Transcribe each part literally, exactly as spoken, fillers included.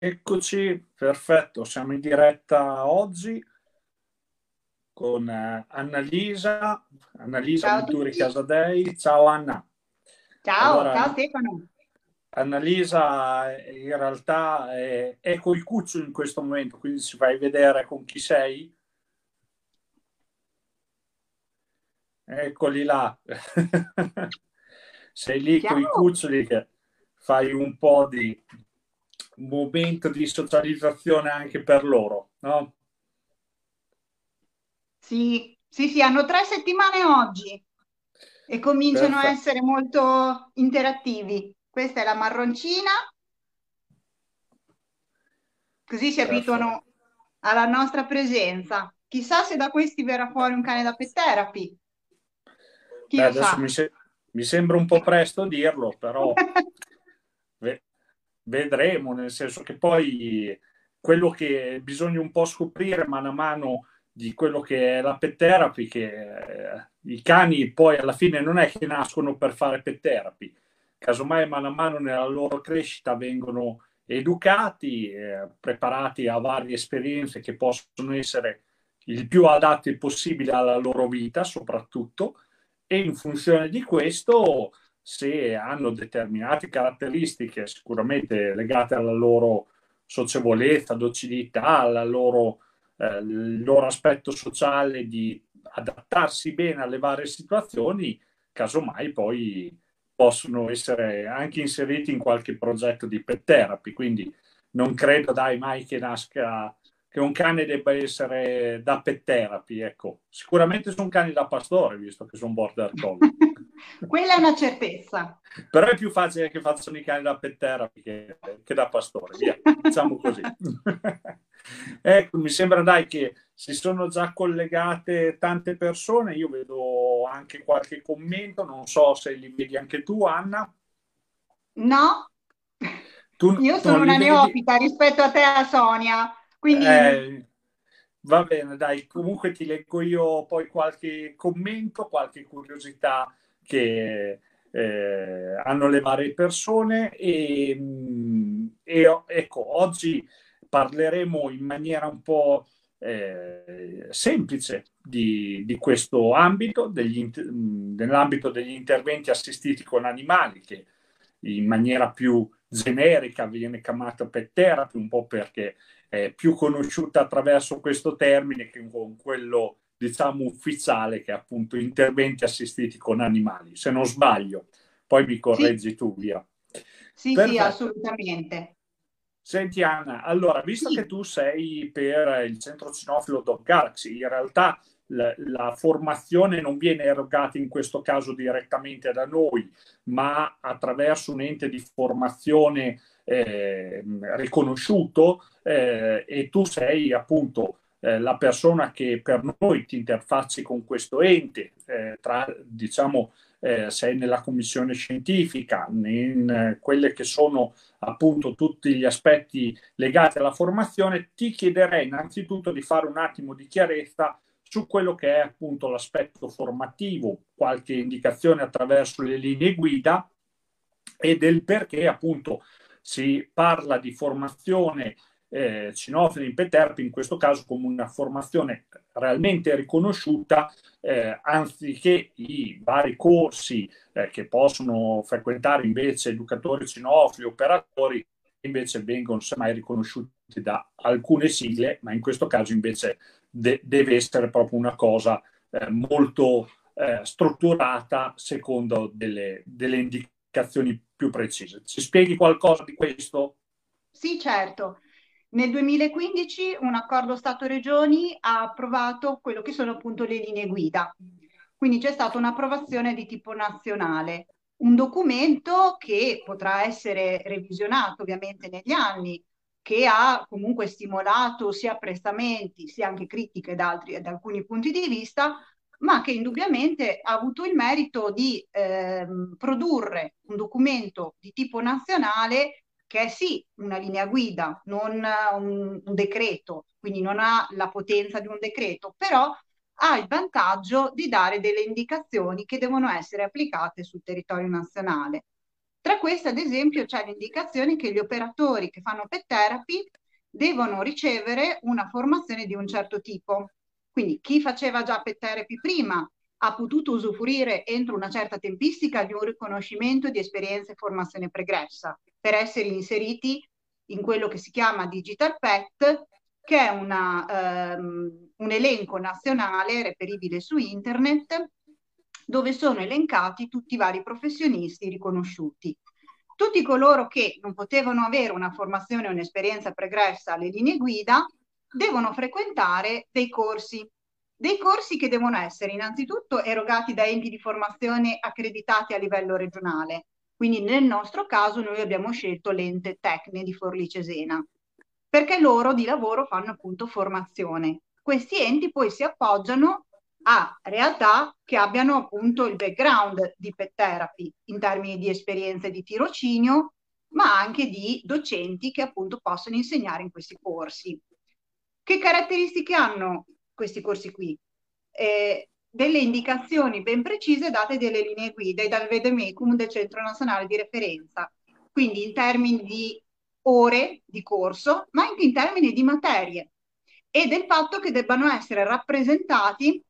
Eccoci, perfetto, siamo in diretta oggi con eh, Annalisa, Annalisa Ciao a Venturi tutti. Casadei. Ciao Anna. Ciao, Allora, ciao Stefano. Annalisa eh, in realtà è, è col cucciolo in questo momento, quindi ci fai vedere con chi sei. Eccoli là. Sei lì con i Ciao. cuccioli che fai un po' di momento di socializzazione anche per loro, no? Sì, sì, sì, hanno tre settimane oggi e cominciano a Perfetto. essere molto interattivi. Questa è la marroncina, così si Perfetto. abituano alla nostra presenza. Chissà se da questi verrà fuori un cane da pet therapy. Chi Beh, lo adesso sa? mi, se- mi sembra un po' presto dirlo, però ve- vedremo, nel senso che poi quello che bisogna un po' scoprire mano a mano di quello che è la pet therapy, che eh, i cani poi alla fine non è che nascono per fare pet therapy, casomai mano a mano nella loro crescita vengono educati, eh, preparati a varie esperienze che possono essere il più adatte possibile alla loro vita, soprattutto, e in funzione di questo, se hanno determinate caratteristiche sicuramente legate alla loro socievolezza, docilità, alla loro, eh, il loro aspetto sociale di adattarsi bene alle varie situazioni, casomai poi possono essere anche inseriti in qualche progetto di pet therapy. Quindi non credo, dai, mai che nasca che un cane debba essere da pet therapy, ecco. Sicuramente sono cani da pastore, visto che sono border collie. Quella è una certezza. Però è più facile che facciano i cani da pet therapy che, che da pastore, via, diciamo così. Ecco, mi sembra dai che si sono già collegate tante persone, io vedo anche qualche commento, non so se li vedi anche tu, Anna. No, Tu io sono non li una vedi? neofita rispetto a te, a Sonia, quindi Eh, Va bene, dai, comunque ti leggo io poi qualche commento, qualche curiosità che eh, hanno le varie persone e, mh, e, ecco, oggi parleremo in maniera un po' eh, semplice di, di questo ambito, degli int- mh, nell'ambito degli interventi assistiti con animali, che in maniera più generica viene chiamata pet therapy, un po' perché è più conosciuta attraverso questo termine che con quello, diciamo, ufficiale, che è appunto interventi assistiti con animali, se non sbaglio. Poi mi sì, correggi tu, via. sì, sì, Perfetto. assolutamente. Senti Anna, allora, visto che Sì. tu sei per il Centro Cinofilo Dog Galaxy, in realtà la, la formazione non viene erogata in questo caso direttamente da noi, ma attraverso un ente di formazione eh, riconosciuto, eh, e tu sei appunto eh, la persona che per noi ti interfacci con questo ente, eh, tra, diciamo, eh, sei nella commissione scientifica, in eh, quelle che sono appunto tutti gli aspetti legati alla formazione, ti chiederei innanzitutto di fare un attimo di chiarezza su quello che è appunto l'aspetto formativo, qualche indicazione attraverso le linee guida e del perché appunto si parla di formazione eh, cinofila in pet therapy, in questo caso come una formazione realmente riconosciuta, eh, anziché i vari corsi eh, che possono frequentare invece educatori cinofili, operatori, invece vengono semmai riconosciuti da alcune sigle, ma in questo caso invece de- deve essere proprio una cosa eh, molto eh, strutturata secondo delle, delle indicazioni più precise. Ci spieghi qualcosa di questo? Sì, certo. Nel duemilaquindici un accordo Stato-Regioni ha approvato quello che sono appunto le linee guida. Quindi c'è stata un'approvazione di tipo nazionale, un documento che potrà essere revisionato ovviamente negli anni, che ha comunque stimolato sia apprezzamenti sia anche critiche da, altri, da alcuni punti di vista, ma che indubbiamente ha avuto il merito di ehm, produrre un documento di tipo nazionale che è sì una linea guida, non un, un decreto, quindi non ha la potenza di un decreto, però ha il vantaggio di dare delle indicazioni che devono essere applicate sul territorio nazionale. Tra queste, ad esempio, c'è l'indicazione che gli operatori che fanno pet therapy devono ricevere una formazione di un certo tipo. Quindi chi faceva già pet therapy prima ha potuto usufruire entro una certa tempistica di un riconoscimento di esperienza e formazione pregressa per essere inseriti in quello che si chiama Digital Pet, che è una, um, un elenco nazionale reperibile su internet dove sono elencati tutti i vari professionisti riconosciuti. Tutti coloro che non potevano avere una formazione o un'esperienza pregressa alle linee guida devono frequentare dei corsi, dei corsi che devono essere innanzitutto erogati da enti di formazione accreditati a livello regionale. Quindi nel nostro caso noi abbiamo scelto l'ente Tecne di Forlì Cesena, perché loro di lavoro fanno appunto formazione. Questi enti poi si appoggiano a realtà che abbiano appunto il background di pet therapy in termini di esperienze di tirocinio, ma anche di docenti che appunto possono insegnare in questi corsi. Che caratteristiche hanno questi corsi qui? Eh, delle indicazioni ben precise date dalle linee guida e dal Vademecum del Centro Nazionale di Referenza, quindi in termini di ore di corso, ma anche in termini di materie e del fatto che debbano essere rappresentati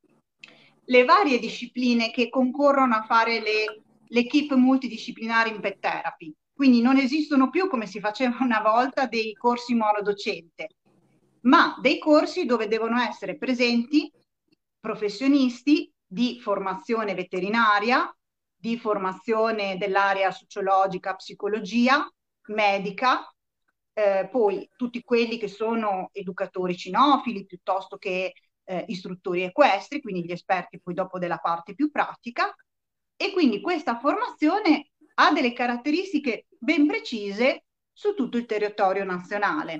le varie discipline che concorrono a fare le, l'equipe multidisciplinari in pet therapy. Quindi non esistono più, come si faceva una volta, dei corsi monodocente, ma dei corsi dove devono essere presenti professionisti di formazione veterinaria, di formazione dell'area sociologica, psicologia, medica, eh, poi tutti quelli che sono educatori cinofili piuttosto che eh, istruttori equestri, quindi gli esperti poi dopo della parte più pratica, e quindi questa formazione ha delle caratteristiche ben precise su tutto il territorio nazionale,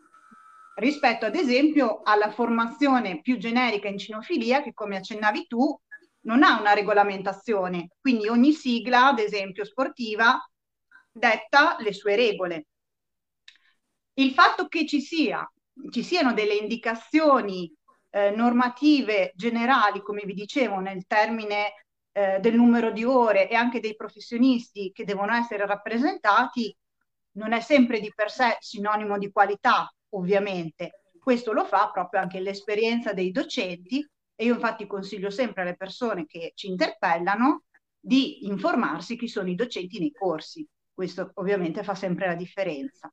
rispetto ad esempio alla formazione più generica in cinofilia che, come accennavi tu, non ha una regolamentazione, quindi ogni sigla, ad esempio sportiva, detta le sue regole. Il fatto che ci sia, ci siano delle indicazioni eh, normative generali, come vi dicevo, nel termine eh, del numero di ore e anche dei professionisti che devono essere rappresentati, non è sempre di per sé sinonimo di qualità, ovviamente. Questo lo fa proprio anche l'esperienza dei docenti e io infatti consiglio sempre alle persone che ci interpellano di informarsi chi sono i docenti nei corsi. Questo ovviamente fa sempre la differenza.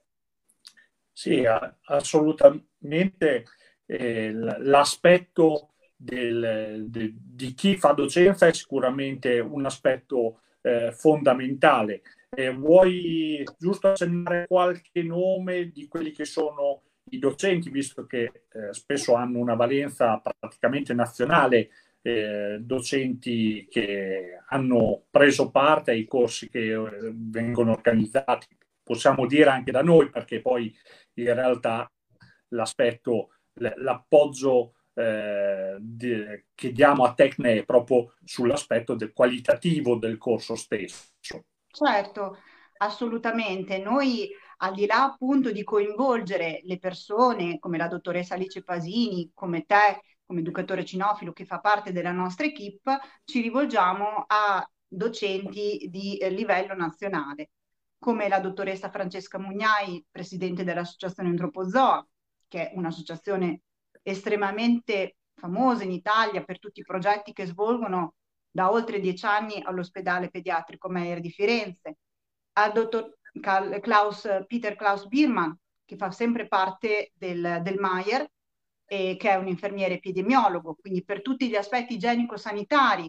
Sì, assolutamente. Eh, l'aspetto del, de, di chi fa docenza è sicuramente un aspetto eh, fondamentale. Eh, vuoi giusto accennare qualche nome di quelli che sono i docenti, visto che eh, spesso hanno una valenza praticamente nazionale, eh, docenti che hanno preso parte ai corsi che eh, vengono organizzati, possiamo dire anche da noi, perché poi in realtà l'aspetto, l'appoggio eh, di, che diamo a Tecne è proprio sull'aspetto del qualitativo del corso stesso. Certo, assolutamente. Noi, al di là appunto di coinvolgere le persone come la dottoressa Alice Pasini, come te, come educatore cinofilo che fa parte della nostra equipe, ci rivolgiamo a docenti di eh, livello nazionale, come la dottoressa Francesca Mugnai, presidente dell'Associazione Antropozoa, che è un'associazione estremamente famosa in Italia per tutti i progetti che svolgono da oltre dieci anni all'ospedale pediatrico Meyer di Firenze, al dottor Klaus, Peter Klaus Biermann, che fa sempre parte del, del Meyer, e che è un infermiere epidemiologo, quindi per tutti gli aspetti igienico-sanitari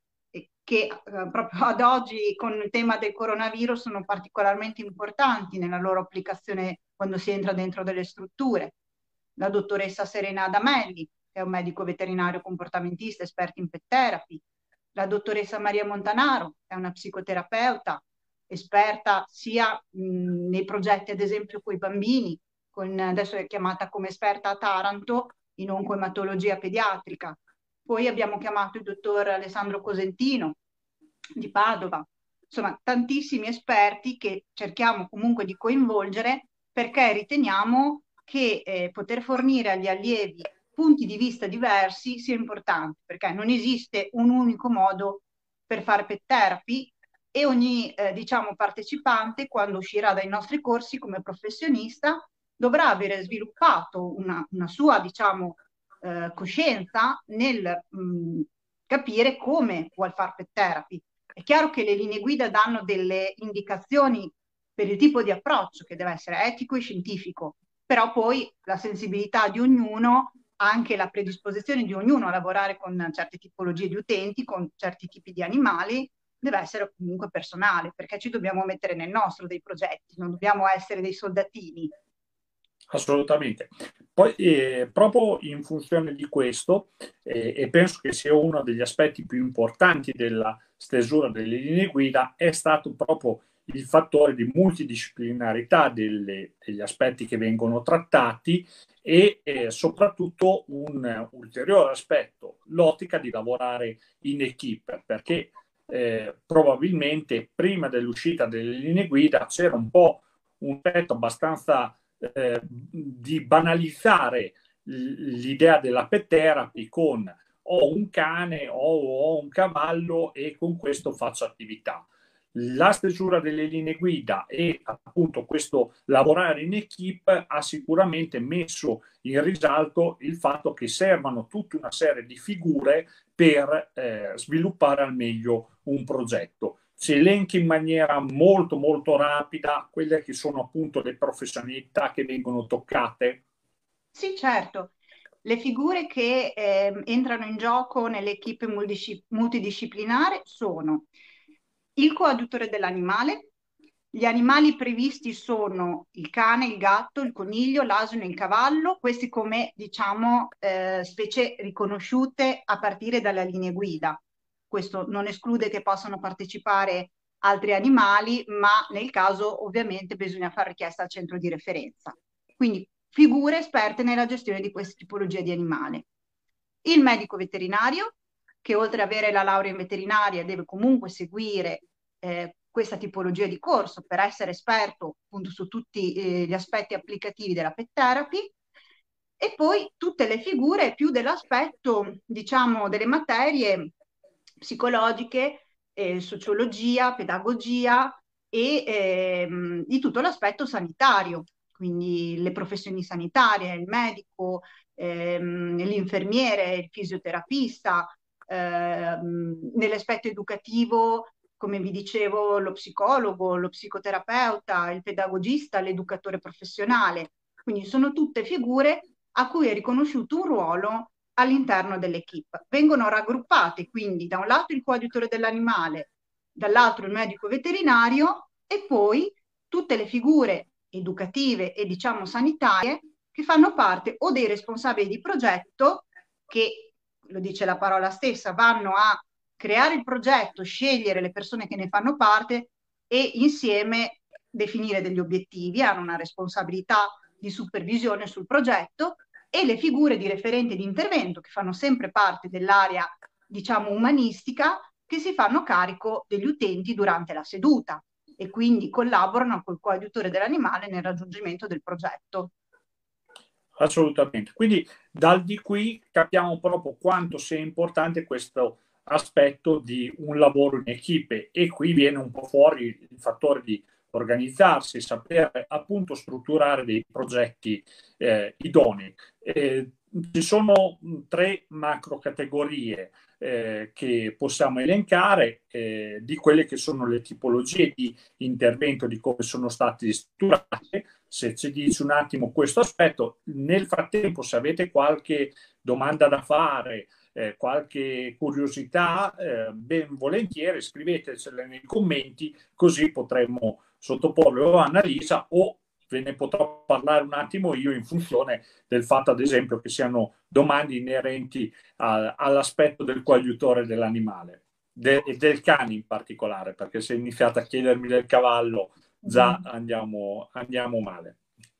che eh, proprio ad oggi con il tema del coronavirus sono particolarmente importanti nella loro applicazione quando si entra dentro delle strutture. La dottoressa Serena Adamelli, che è un medico veterinario comportamentista, esperto in pet therapy, la dottoressa Maria Montanaro, che è una psicoterapeuta, esperta sia mh, nei progetti, ad esempio, con i bambini, con, adesso è chiamata come esperta a Taranto in oncoematologia pediatrica. Poi abbiamo chiamato il dottor Alessandro Cosentino di Padova, insomma tantissimi esperti che cerchiamo comunque di coinvolgere perché riteniamo che eh, poter fornire agli allievi punti di vista diversi sia importante, perché non esiste un unico modo per fare pet therapy e ogni eh, diciamo, partecipante, quando uscirà dai nostri corsi come professionista, dovrà avere sviluppato una, una sua diciamo, eh, coscienza nel mh, capire come vuol fare pet therapy. È chiaro che le linee guida danno delle indicazioni per il tipo di approccio che deve essere etico e scientifico, però poi la sensibilità di ognuno, anche la predisposizione di ognuno a lavorare con certe tipologie di utenti, con certi tipi di animali, deve essere comunque personale, perché ci dobbiamo mettere nel nostro dei progetti, non dobbiamo essere dei soldatini. Assolutamente. Poi eh, proprio in funzione di questo, eh, e penso che sia uno degli aspetti più importanti della stesura delle linee guida, è stato proprio il fattore di multidisciplinarità delle, degli aspetti che vengono trattati e eh, soprattutto un ulteriore aspetto, l'ottica di lavorare in equipe, perché eh, probabilmente prima dell'uscita delle linee guida c'era un po' un aspetto abbastanza eh, di banalizzare l'idea della pet therapy con ho un cane o ho un cavallo e con questo faccio attività. La stesura delle linee guida e appunto questo lavorare in equipe ha sicuramente messo in risalto il fatto che servano tutta una serie di figure per eh, sviluppare al meglio un progetto. Si elenchi in maniera molto molto rapida quelle che sono appunto le professionalità che vengono toccate. Sì, certo. Le figure che eh, entrano in gioco nell'equipe multidisciplinare sono il coadiutore dell'animale. Gli animali previsti sono il cane, il gatto, il coniglio, l'asino e il cavallo, questi come diciamo eh, specie riconosciute a partire dalla linea guida. Questo non esclude che possano partecipare altri animali, ma nel caso ovviamente bisogna fare richiesta al centro di referenza. Quindi figure esperte nella gestione di queste tipologie di animale. Il medico veterinario, che oltre ad avere la laurea in veterinaria deve comunque seguire eh, questa tipologia di corso per essere esperto appunto su tutti eh, gli aspetti applicativi della pet therapy, e poi tutte le figure più dell'aspetto, diciamo, delle materie psicologiche, eh, sociologia, pedagogia e ehm, di tutto l'aspetto sanitario, quindi le professioni sanitarie, il medico, ehm, l'infermiere, il fisioterapista, ehm, nell'aspetto educativo, come vi dicevo, lo psicologo, lo psicoterapeuta, il pedagogista, l'educatore professionale. Quindi sono tutte figure a cui è riconosciuto un ruolo all'interno dell'equipe. Vengono raggruppate quindi da un lato il coadiutore dell'animale, dall'altro il medico veterinario e poi tutte le figure educative e diciamo sanitarie che fanno parte o dei responsabili di progetto che, lo dice la parola stessa, vanno a creare il progetto, scegliere le persone che ne fanno parte e insieme definire degli obiettivi, hanno una responsabilità di supervisione sul progetto, e le figure di referente di intervento che fanno sempre parte dell'area, diciamo, umanistica, che si fanno carico degli utenti durante la seduta e quindi collaborano col coadiutore dell'animale nel raggiungimento del progetto. Assolutamente. Quindi dal di qui capiamo proprio quanto sia importante questo aspetto di un lavoro in equipe, e qui viene un po' fuori il fattore di organizzarsi, sapere appunto strutturare dei progetti eh, idonei. Eh, ci sono tre macro categorie eh, che possiamo elencare eh, di quelle che sono le tipologie di intervento, di come sono state strutturate. Se ci dici un attimo questo aspetto, nel frattempo se avete qualche domanda da fare, eh, qualche curiosità, eh, ben volentieri scrivetecela nei commenti, così potremo sottoporlo a Annalisa o ve ne potrò parlare un attimo io in funzione del fatto ad esempio che siano domande inerenti a, all'aspetto del coadiutore dell'animale de, e del cane in particolare, perché se iniziate a chiedermi del cavallo già andiamo, andiamo male.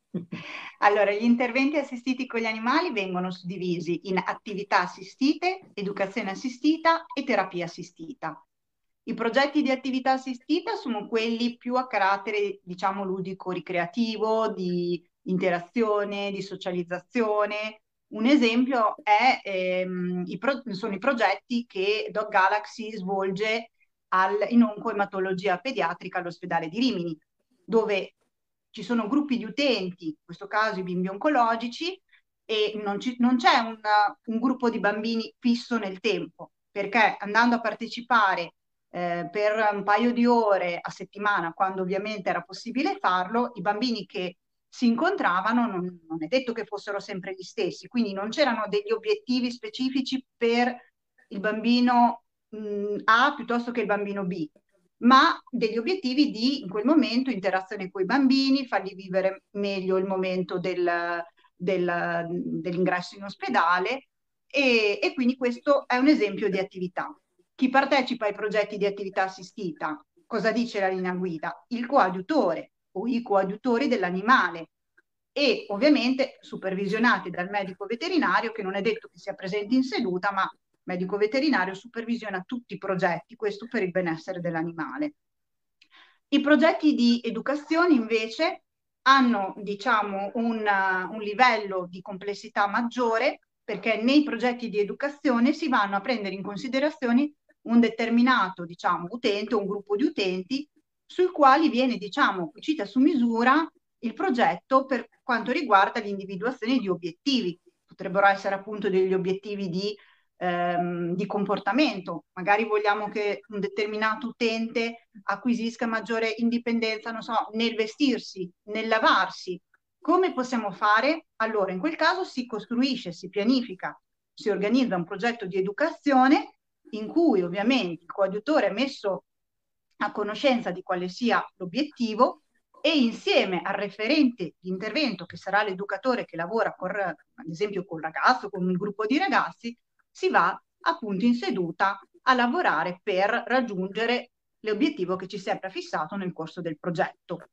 Allora, gli interventi assistiti con gli animali vengono suddivisi in attività assistite, educazione assistita e terapia assistita. I progetti di attività assistita sono quelli più a carattere, diciamo, ludico-ricreativo, di interazione, di socializzazione. Un esempio è, ehm, i pro- sono i progetti che Dog Galaxy svolge al, in oncoematologia pediatrica all'ospedale di Rimini, dove ci sono gruppi di utenti, in questo caso i bimbi oncologici, e non, ci, non c'è un, un gruppo di bambini fisso nel tempo, perché andando a partecipare eh, per un paio di ore a settimana, quando ovviamente era possibile farlo, i bambini che si incontravano non, non è detto che fossero sempre gli stessi, quindi non c'erano degli obiettivi specifici per il bambino mh, A piuttosto che il bambino B, ma degli obiettivi di, in quel momento, interazione con i bambini, fargli vivere meglio il momento del, del, dell'ingresso in ospedale e, e quindi questo è un esempio di attività. Chi partecipa ai progetti di attività assistita, cosa dice la linea guida? Il coadiutore o i coadiutori dell'animale e ovviamente supervisionati dal medico veterinario che non è detto che sia presente in seduta, ma il medico veterinario supervisiona tutti i progetti, questo per il benessere dell'animale. I progetti di educazione invece hanno, diciamo, un, un livello di complessità maggiore perché nei progetti di educazione si vanno a prendere in considerazione un determinato, diciamo, utente, un gruppo di utenti sui quali viene, diciamo, cucita su misura il progetto per quanto riguarda l'individuazione di obiettivi. Potrebbero essere appunto degli obiettivi di, ehm, di comportamento. Magari vogliamo che un determinato utente acquisisca maggiore indipendenza, non so, nel vestirsi, nel lavarsi. Come possiamo fare? Allora, in quel caso si costruisce, si pianifica, si organizza un progetto di educazione in cui ovviamente il coadiutore è messo a conoscenza di quale sia l'obiettivo e insieme al referente di intervento, che sarà l'educatore che lavora con, ad esempio con il ragazzo, con un gruppo di ragazzi, si va appunto in seduta a lavorare per raggiungere l'obiettivo che ci si è prefissato nel corso del progetto.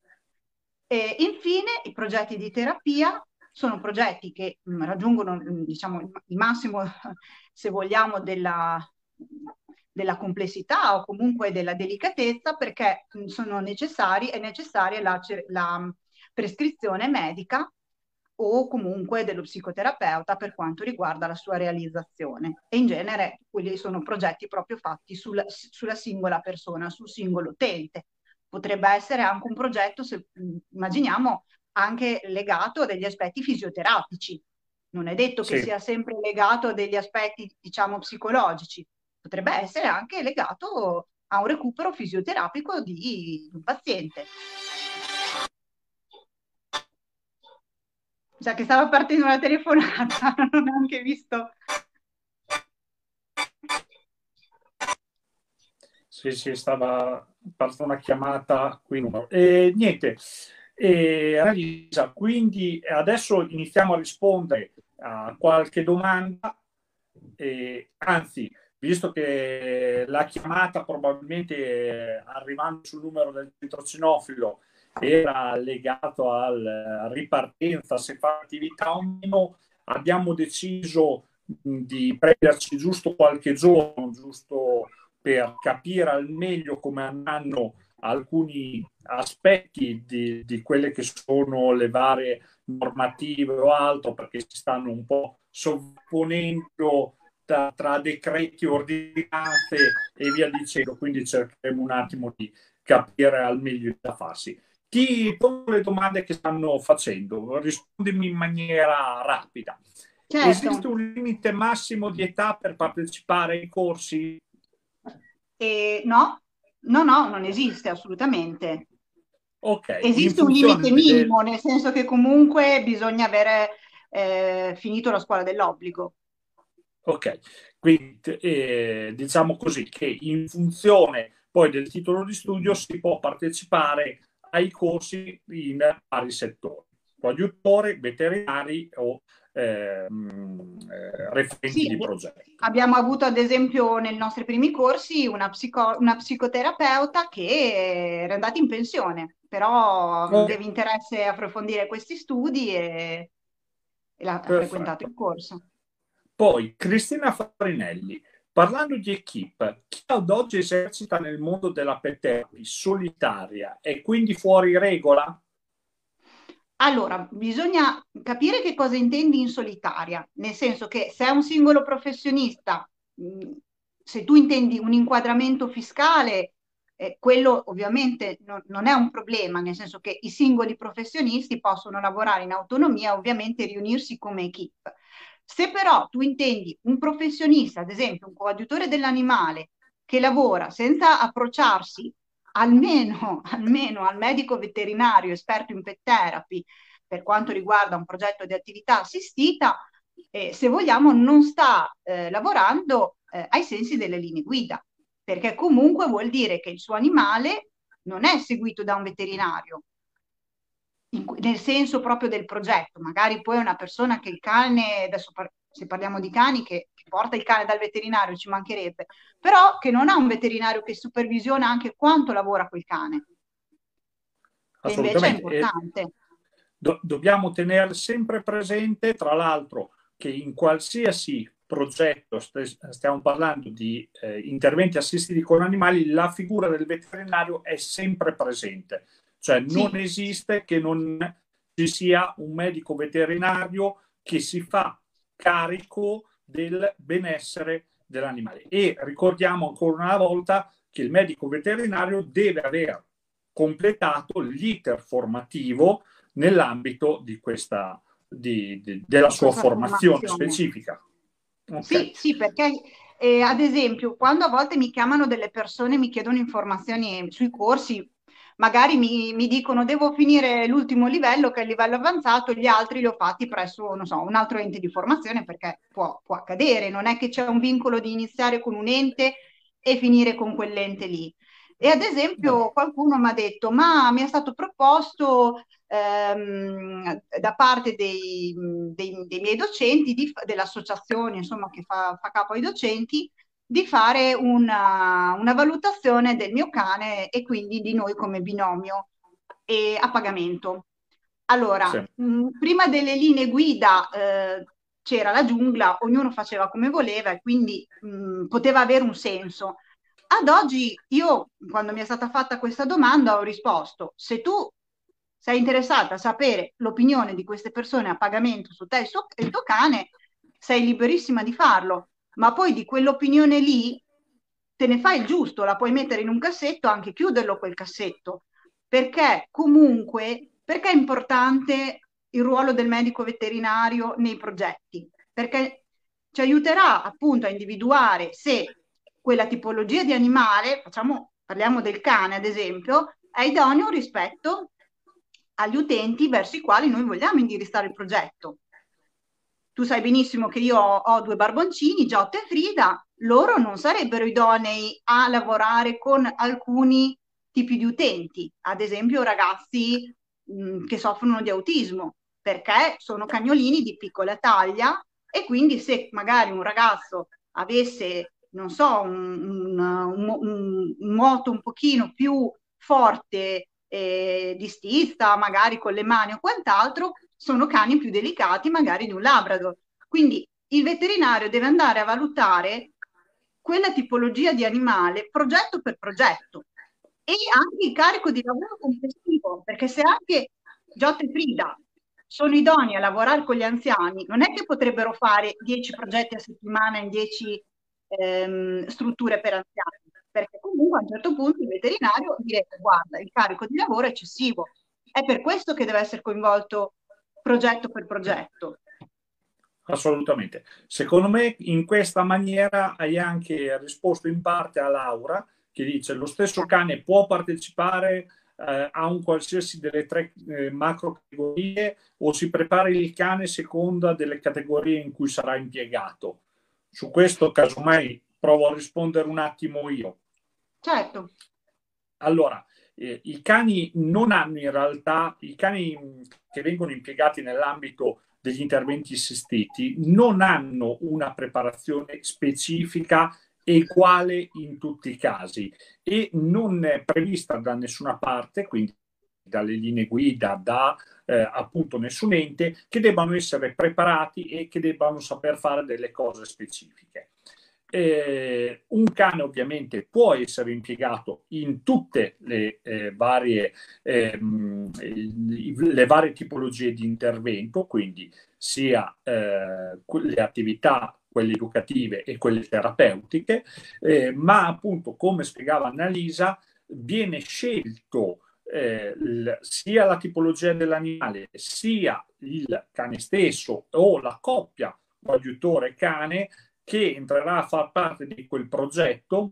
E infine i progetti di terapia sono progetti che mh, raggiungono diciamo, il, il massimo, se vogliamo, della, della complessità o comunque della delicatezza perché mh, sono necessari, è necessaria la, la prescrizione medica o comunque dello psicoterapeuta per quanto riguarda la sua realizzazione. E in genere quelli sono progetti proprio fatti sul, sulla singola persona, sul singolo utente. Potrebbe essere anche un progetto, se immaginiamo, anche legato a degli aspetti fisioterapici. Non è detto che Sì. sia sempre legato a degli aspetti, diciamo, psicologici. Potrebbe essere anche legato a un recupero fisioterapico di un paziente. Già che stava partendo una telefonata, non ho anche visto. Sì, sì, stava partendo una chiamata qui. E niente, e, Annalisa, quindi adesso iniziamo a rispondere a qualche domanda. E, anzi, visto che la chiamata probabilmente arrivando sul numero del centro cinofilo era legato alla ripartenza, se fa attività o meno, abbiamo deciso di prenderci giusto qualche giorno, giusto per capire al meglio come andranno alcuni aspetti di, di quelle che sono le varie normative o altro, perché si stanno un po' sovrapponendo tra, tra decreti, ordinanze e via dicendo, quindi cercheremo un attimo di capire al meglio da farsi. Ti pongo le domande che stanno facendo, rispondimi in maniera rapida. Certo. Esiste un limite massimo di età per partecipare ai corsi? Eh, no, no, no, non esiste assolutamente. Okay, esiste un limite minimo, del... nel senso che comunque bisogna avere eh, finito la scuola dell'obbligo. Ok, quindi eh, diciamo così che in funzione poi del titolo di studio si può partecipare ai corsi in vari settori, coadiutori, veterinari o eh, eh, referenti sì, di progetto. Abbiamo avuto ad esempio nei nostri primi corsi una, psico una psicoterapeuta che era andata in pensione, però okay. aveva interesse a approfondire questi studi e, e ha frequentato il corso. Poi Cristina Farinelli, parlando di equip, chi ad oggi esercita nel mondo della pet therapy solitaria è quindi fuori regola? Allora, bisogna capire che cosa intendi in solitaria, nel senso che se è un singolo professionista, se tu intendi un inquadramento fiscale, Eh, quello ovviamente non, non è un problema, nel senso che i singoli professionisti possono lavorare in autonomia, ovviamente riunirsi come equip. Se però tu intendi un professionista, ad esempio un coadiutore dell'animale, che lavora senza approcciarsi almeno, almeno al medico veterinario esperto in pet therapy per quanto riguarda un progetto di attività assistita, eh, se vogliamo, non sta eh, lavorando eh, ai sensi delle linee guida, perché comunque vuol dire che il suo animale non è seguito da un veterinario, in, nel senso proprio del progetto. Magari poi è una persona che il cane, adesso par- se parliamo di cani, che, che porta il cane dal veterinario, ci mancherebbe, però che non ha un veterinario che supervisiona anche quanto lavora quel cane, che invece è Assolutamente. E importante. do- dobbiamo tenere sempre presente, tra l'altro, che in qualsiasi progetto, st- stiamo parlando di eh, interventi assistiti con animali, la figura del veterinario è sempre presente. Cioè non Sì, esiste che non ci sia un medico veterinario che si fa carico del benessere dell'animale. E ricordiamo ancora una volta che il medico veterinario deve aver completato l'iter formativo nell'ambito di questa, di, di, della di sua questa formazione formazione. specifica. Ok. Sì, sì, perché eh, ad esempio, quando a volte mi chiamano delle persone, mi chiedono informazioni sui corsi, magari mi, mi dicono devo finire l'ultimo livello, che è il livello avanzato, gli altri li ho fatti presso, non so, un altro ente di formazione, perché può, può accadere, non è che c'è un vincolo di iniziare con un ente e finire con quell'ente lì. E ad No. esempio qualcuno mi ha detto, ma mi è stato proposto ehm, da parte dei, dei- dei miei docenti, di- dell'associazione insomma, che fa, fa capo ai docenti, di fare una, una valutazione del mio cane e quindi di noi come binomio e a pagamento. Allora, Sì. mh, prima delle linee guida eh, c'era la giungla, ognuno faceva come voleva e quindi mh, poteva avere un senso. Ad oggi io, quando mi è stata fatta questa domanda, ho risposto, se tu sei interessata a sapere l'opinione di queste persone a pagamento su te e il, suo- e il tuo cane, sei liberissima di farlo, ma poi di quell'opinione lì te ne fai il giusto, la puoi mettere in un cassetto, anche chiuderlo quel cassetto, perché comunque, perché è importante il ruolo del medico veterinario nei progetti? Perché ci aiuterà appunto a individuare se quella tipologia di animale, facciamo, parliamo del cane ad esempio, è idoneo rispetto agli utenti verso i quali noi vogliamo indirizzare il progetto. Tu sai benissimo che io ho, ho due barboncini, Giotto e Frida, loro non sarebbero idonei a lavorare con alcuni tipi di utenti, ad esempio ragazzi mh, che soffrono di autismo, perché sono cagnolini di piccola taglia e quindi se magari un ragazzo avesse, non so, un, un, un, un moto un pochino più forte eh, di stizza, magari con le mani o quant'altro, sono cani più delicati magari di un Labrador. Quindi il veterinario deve andare a valutare quella tipologia di animale progetto per progetto e anche il carico di lavoro complessivo, perché se anche Giotto e Frida sono idonei a lavorare con gli anziani, non è che potrebbero fare dieci progetti a settimana in dieci ehm, strutture per anziani, perché comunque a un certo punto il veterinario direbbe guarda, il carico di lavoro è eccessivo. È per questo che deve essere coinvolto progetto per progetto. Assolutamente. Secondo me in questa maniera hai anche risposto in parte a Laura che dice lo stesso cane può partecipare eh, a un qualsiasi delle tre eh, macro categorie o si prepara il cane seconda delle categorie in cui sarà impiegato. Su questo casomai provo a rispondere un attimo io. Certo, Allora, eh, i cani non hanno in realtà, i cani che vengono impiegati nell'ambito degli interventi assistiti non hanno una preparazione specifica e uguale in tutti i casi e non è prevista da nessuna parte, quindi dalle linee guida, da eh, appunto nessun ente, che debbano essere preparati e che debbano saper fare delle cose specifiche. Eh, un cane ovviamente può essere impiegato in tutte le, eh, varie, ehm, le varie tipologie di intervento, quindi sia eh, le attività, quelle educative e quelle terapeutiche, eh, ma appunto come spiegava Annalisa, viene scelto eh, il, sia la tipologia dell'animale, sia il cane stesso o la coppia coadiutore-cane che entrerà a far parte di quel progetto,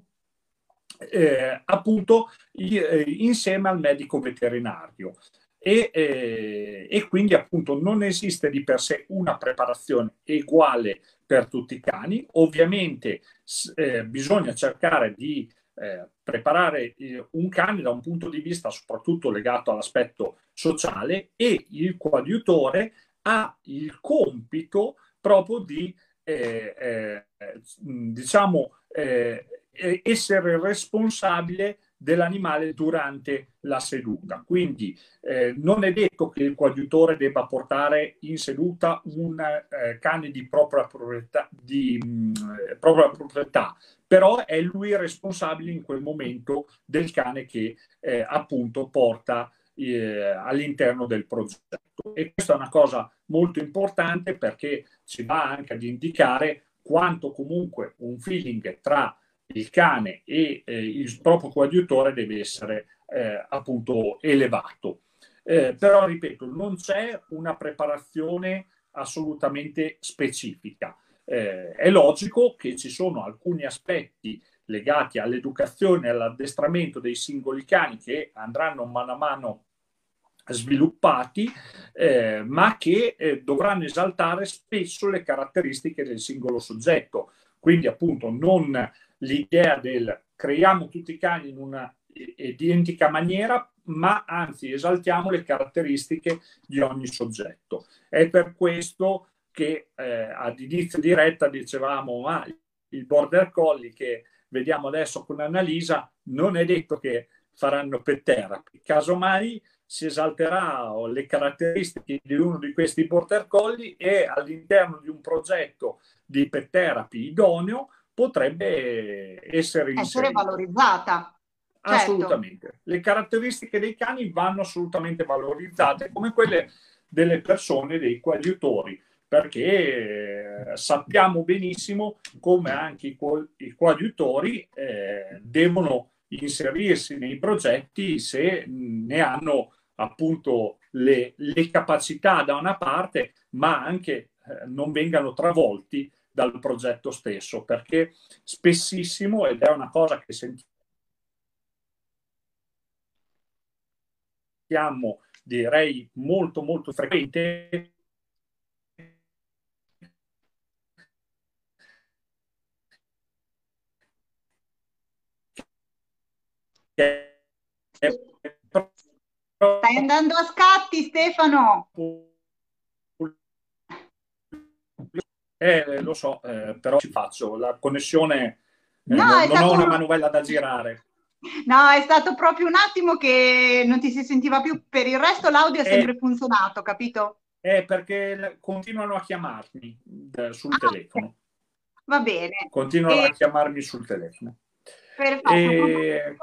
eh, appunto eh, insieme al medico veterinario. E, eh, e quindi appunto non esiste di per sé una preparazione uguale per tutti i cani. Ovviamente eh, bisogna cercare di eh, preparare eh, un cane da un punto di vista soprattutto legato all'aspetto sociale, e il coadiutore ha il compito proprio di eh, eh, diciamo eh, essere responsabile dell'animale durante la seduta. Quindi eh, non è detto che il coadiutore debba portare in seduta un eh, cane di propria proprietà, di, mh, propria proprietà, però è lui responsabile in quel momento del cane che eh, appunto porta eh, all'interno del progetto. E questa è una cosa molto importante, perché ci va anche ad indicare quanto comunque un feeling tra il cane e eh, il proprio coadiutore deve essere eh, appunto elevato. Eh, però ripeto, non c'è una preparazione assolutamente specifica. Eh, è logico che ci sono alcuni aspetti legati all'educazione e all'addestramento dei singoli cani che andranno mano a mano sviluppati, eh, ma che eh, dovranno esaltare spesso le caratteristiche del singolo soggetto. Quindi appunto non l'idea del creiamo tutti i cani in una identica maniera, ma anzi esaltiamo le caratteristiche di ogni soggetto. È per questo che eh, ad inizio diretta dicevamo ah, il border collie che vediamo adesso con Annalisa non è detto che faranno pet therapy, casomai si esalterà le caratteristiche di uno di questi border collie e all'interno di un progetto di pet therapy idoneo potrebbe essere inserito. Essere valorizzata. Assolutamente. Certo. Le caratteristiche dei cani vanno assolutamente valorizzate, come quelle delle persone, dei coadiutori, perché eh, sappiamo benissimo come anche i, co- i coadiutori eh, devono inserirsi nei progetti se ne hanno appunto le, le capacità da una parte, ma anche eh, non vengano travolti dal progetto stesso, perché spessissimo, ed è una cosa che sentiamo direi molto molto frequente, Stai andando a scatti, Stefano. Eh, lo so, eh, però ci faccio la connessione, eh, no, non, è non stato ho una un... manovella da girare. No, è stato proprio un attimo che non ti si sentiva più. Per il resto l'audio ha sempre Eh, funzionato, capito? È perché continuano a chiamarmi eh, sul Ah, telefono. va bene. Continuano E... a chiamarmi sul telefono. Perfetto. E...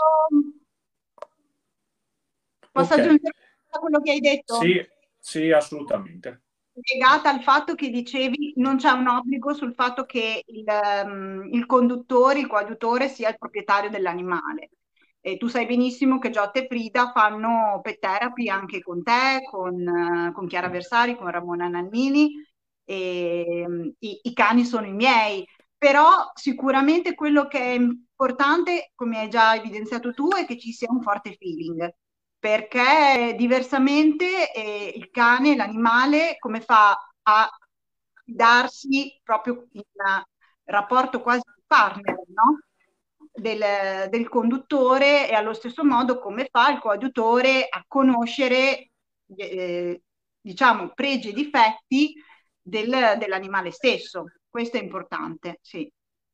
Posso Okay. aggiungere a quello che hai detto? Sì, sì, assolutamente. Legata al fatto che dicevi non c'è un obbligo sul fatto che il, um, il conduttore, il coadiutore sia il proprietario dell'animale. E tu sai benissimo che Giotta e Frida fanno pet therapy anche con te, con, uh, con Chiara Versari, con Ramona Nannini, e um, i, i cani sono i miei. Però sicuramente quello che è importante, come hai già evidenziato tu, è che ci sia un forte feeling, perché diversamente eh, il cane, l'animale, come fa a darsi proprio in rapporto quasi di partner, no? Del, del conduttore, e allo stesso modo come fa il coadiutore a conoscere eh, diciamo pregi e difetti del, dell'animale stesso. Questo è importante, sì.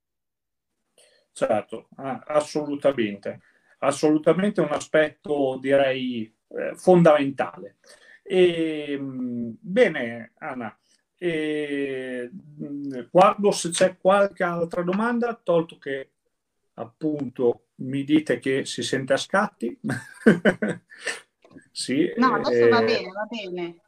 Certo, assolutamente. Assolutamente un aspetto, direi, eh, fondamentale. E, bene, Anna, e, guardo se c'è qualche altra domanda, tolto che appunto mi dite che si sente a scatti. Sì, No, adesso va eh, bene, va bene.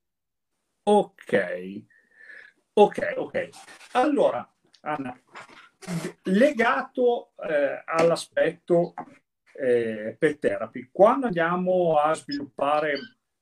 ok, ok, ok. Allora, Anna, legato eh, all'aspetto eh, pet therapy. Quando andiamo a sviluppare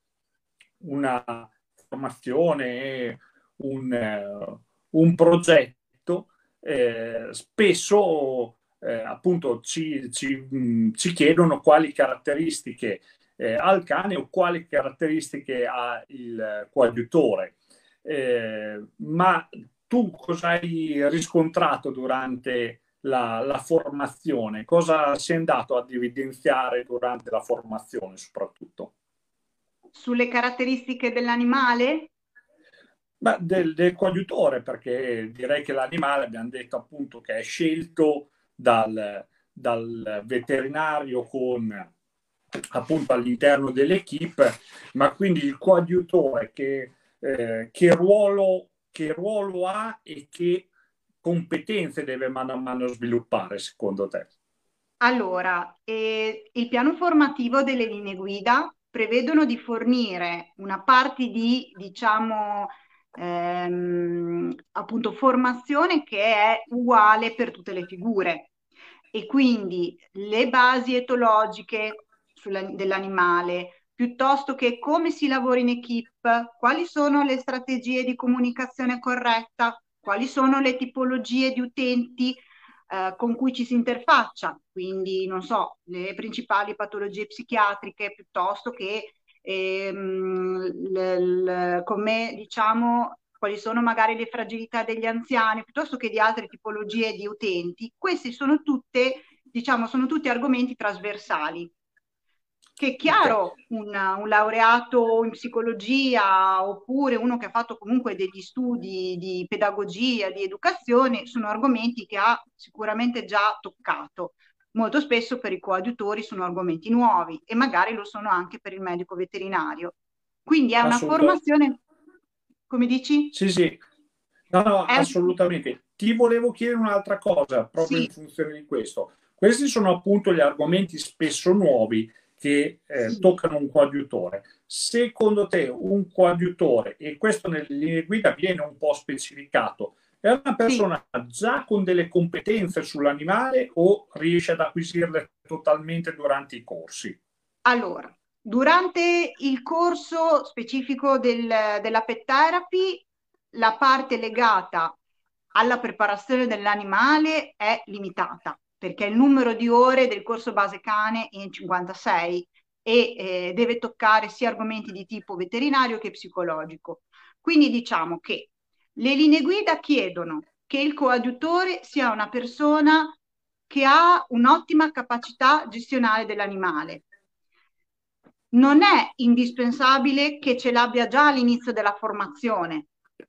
una formazione, un, eh, un progetto, eh, spesso eh, appunto ci, ci, mh, ci chiedono quali caratteristiche eh, ha il cane o quali caratteristiche ha il coadiutore. Eh, ma tu cosa hai riscontrato durante la, la formazione? Cosa si è andato ad evidenziare durante la formazione soprattutto? Sulle caratteristiche dell'animale? Beh, del, del coadiutore, perché direi che l'animale abbiamo detto appunto che è scelto dal, dal veterinario con appunto all'interno dell'equipe, ma quindi il coadiutore che, eh, che ruolo, che ruolo ha e che competenze deve mano a mano sviluppare secondo te? Allora, eh, il piano formativo delle linee guida prevedono di fornire una parte di, diciamo, ehm, appunto formazione che è uguale per tutte le figure e quindi le basi etologiche sulla- dell'animale, piuttosto che come si lavora in equipe, quali sono le strategie di comunicazione corretta, quali sono le tipologie di utenti eh, con cui ci si interfaccia, quindi non so, le principali patologie psichiatriche piuttosto che ehm, l- l- come diciamo quali sono magari le fragilità degli anziani, piuttosto che di altre tipologie di utenti. Questi sono tutte, diciamo, sono tutti argomenti trasversali che è Ok. chiaro, un, un laureato in psicologia oppure uno che ha fatto comunque degli studi di pedagogia, di educazione, sono argomenti che ha sicuramente già toccato. Molto spesso per i coadiutori sono argomenti nuovi e magari lo sono anche per il medico veterinario. Quindi è una Assolutamente. formazione, come dici? Sì, sì, no, no, È un... assolutamente. Ti volevo chiedere un'altra cosa, proprio in Sì, funzione di questo. Questi sono appunto gli argomenti spesso nuovi che eh, sì, toccano un coadiutore. Secondo te un coadiutore, e questo nelle linee guida viene un po' specificato, è una sì. persona già con delle competenze sull'animale o riesce ad acquisirle totalmente durante i corsi? Allora, durante il corso specifico del- della pet therapy, la parte legata alla preparazione dell'animale è limitata, perché il numero di ore del corso base cane è in cinquantasei e eh, deve toccare sia argomenti di tipo veterinario che psicologico. Quindi diciamo che le linee guida chiedono che il coadiutore sia una persona che ha un'ottima capacità gestionale dell'animale. Non è indispensabile che ce l'abbia già all'inizio della formazione,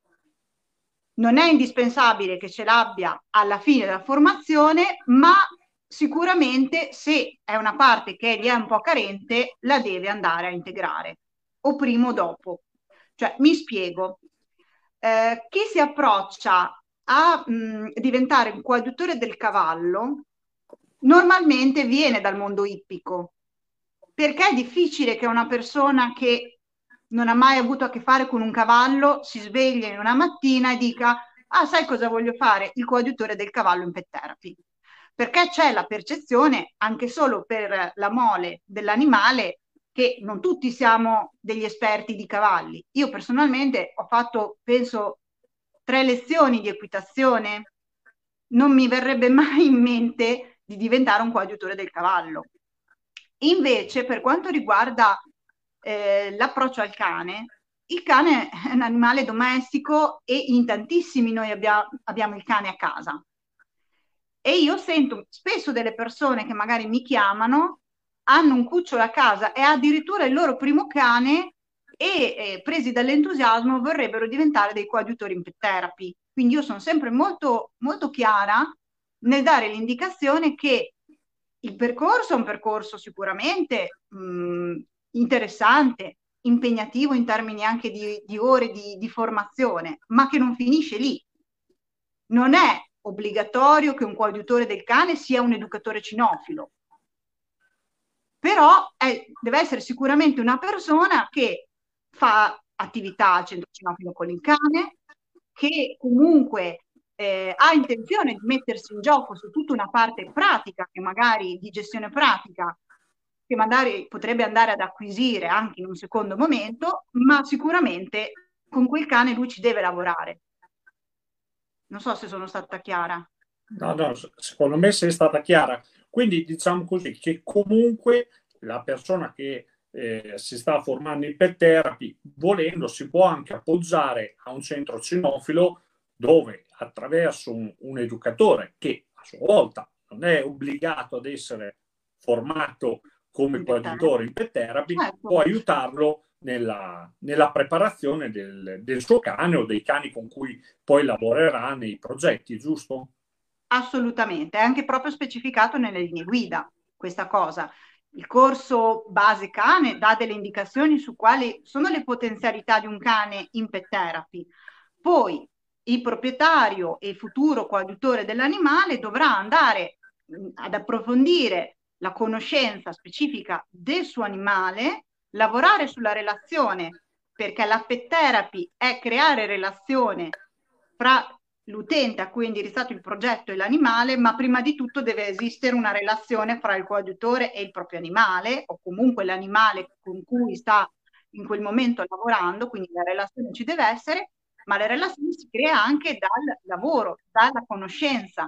non è indispensabile che ce l'abbia alla fine della formazione, ma sicuramente se è una parte che gli è un po' carente, la deve andare a integrare, o prima o dopo. Cioè, mi spiego. Eh, chi si approccia a mh, diventare un coadiutore del cavallo normalmente viene dal mondo ippico, perché è difficile che una persona che non ha mai avuto a che fare con un cavallo si sveglia in una mattina e dica: ah, sai cosa voglio fare? Il coadiutore del cavallo in pet therapy. Perché c'è la percezione, anche solo per la mole dell'animale, che non tutti siamo degli esperti di cavalli. Io personalmente ho fatto, penso, tre lezioni di equitazione. Non mi verrebbe mai in mente di diventare un coadiutore del cavallo. Invece, per quanto riguarda eh, l'approccio al cane, il cane è un animale domestico e in tantissimi noi abbia- abbiamo il cane a casa. E io sento spesso delle persone che magari mi chiamano, hanno un cucciolo a casa e addirittura il loro primo cane e eh, presi dall'entusiasmo vorrebbero diventare dei coadiutori in pet therapy. Quindi io sono sempre molto, molto chiara nel dare l'indicazione che il percorso è un percorso sicuramente mh, interessante, impegnativo in termini anche di, di ore di, di formazione, ma che non finisce lì. Non è obbligatorio che un coadiutore del cane sia un educatore cinofilo, però è- deve essere sicuramente una persona che fa attività al centro cinofilo con il cane, che comunque eh, ha intenzione di mettersi in gioco su tutta una parte pratica, che magari di gestione pratica, che magari potrebbe andare ad acquisire anche in un secondo momento, ma sicuramente con quel cane lui ci deve lavorare. Non so se sono stata chiara. No, no, secondo me sei stata chiara. Quindi diciamo così che comunque la persona che eh, si sta formando in pet therapy, volendo, si può anche appoggiare a un centro cinofilo dove attraverso un, un educatore che a sua volta non è obbligato ad essere formato come In pet coadiutore therapy. in pet therapy, Certo. può aiutarlo nella, nella preparazione del, del suo cane o dei cani con cui poi lavorerà nei progetti, giusto? Assolutamente, è anche proprio specificato nelle linee guida questa cosa. Il corso base cane dà delle indicazioni su quali sono le potenzialità di un cane in pet therapy. Poi il proprietario e il futuro coadiutore dell'animale dovrà andare mh, ad approfondire la conoscenza specifica del suo animale, lavorare sulla relazione, perché la pet therapy è creare relazione fra l'utente a cui è indirizzato il progetto e l'animale, ma prima di tutto deve esistere una relazione fra il coadiutore e il proprio animale, o comunque l'animale con cui sta in quel momento lavorando, quindi la relazione ci deve essere, ma la relazione si crea anche dal lavoro, dalla conoscenza.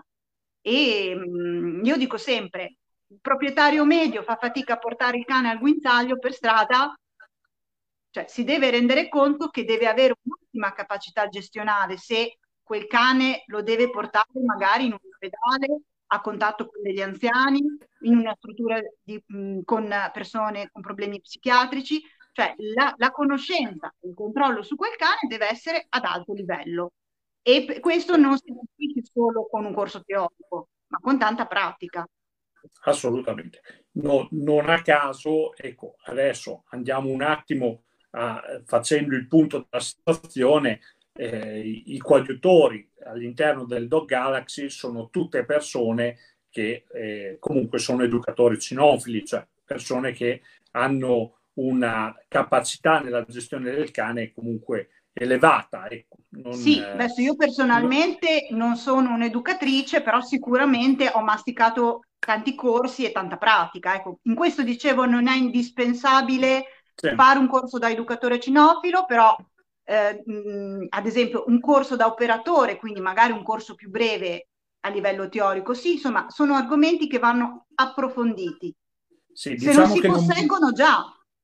E mh, io dico sempre, il proprietario medio fa fatica a portare il cane al guinzaglio per strada, cioè si deve rendere conto che deve avere un'ottima capacità gestionale se quel cane lo deve portare magari in un ospedale a contatto con degli anziani, in una struttura di, mh, con persone con problemi psichiatrici, cioè la, la conoscenza, il controllo su quel cane deve essere ad alto livello. E questo non si capisce solo con un corso teorico, ma con tanta pratica. Assolutamente. No, non a caso, ecco, adesso andiamo un attimo a, facendo il punto della situazione, eh, i, i coadiutori all'interno del Dog Galaxy sono tutte persone che eh, comunque sono educatori cinofili, cioè persone che hanno una capacità nella gestione del cane comunque elevata. Ecco, non, Sì, eh, adesso io no, personalmente non sono un'educatrice, però sicuramente ho masticato tanti corsi e tanta pratica. Ecco, in questo dicevo non è indispensabile sì. fare un corso da educatore cinofilo, però eh, mh, ad esempio un corso da operatore, quindi magari un corso più breve a livello teorico, sì, insomma, sono argomenti che vanno approfonditi. Sì, Se non diciamo si che non, posseggono già,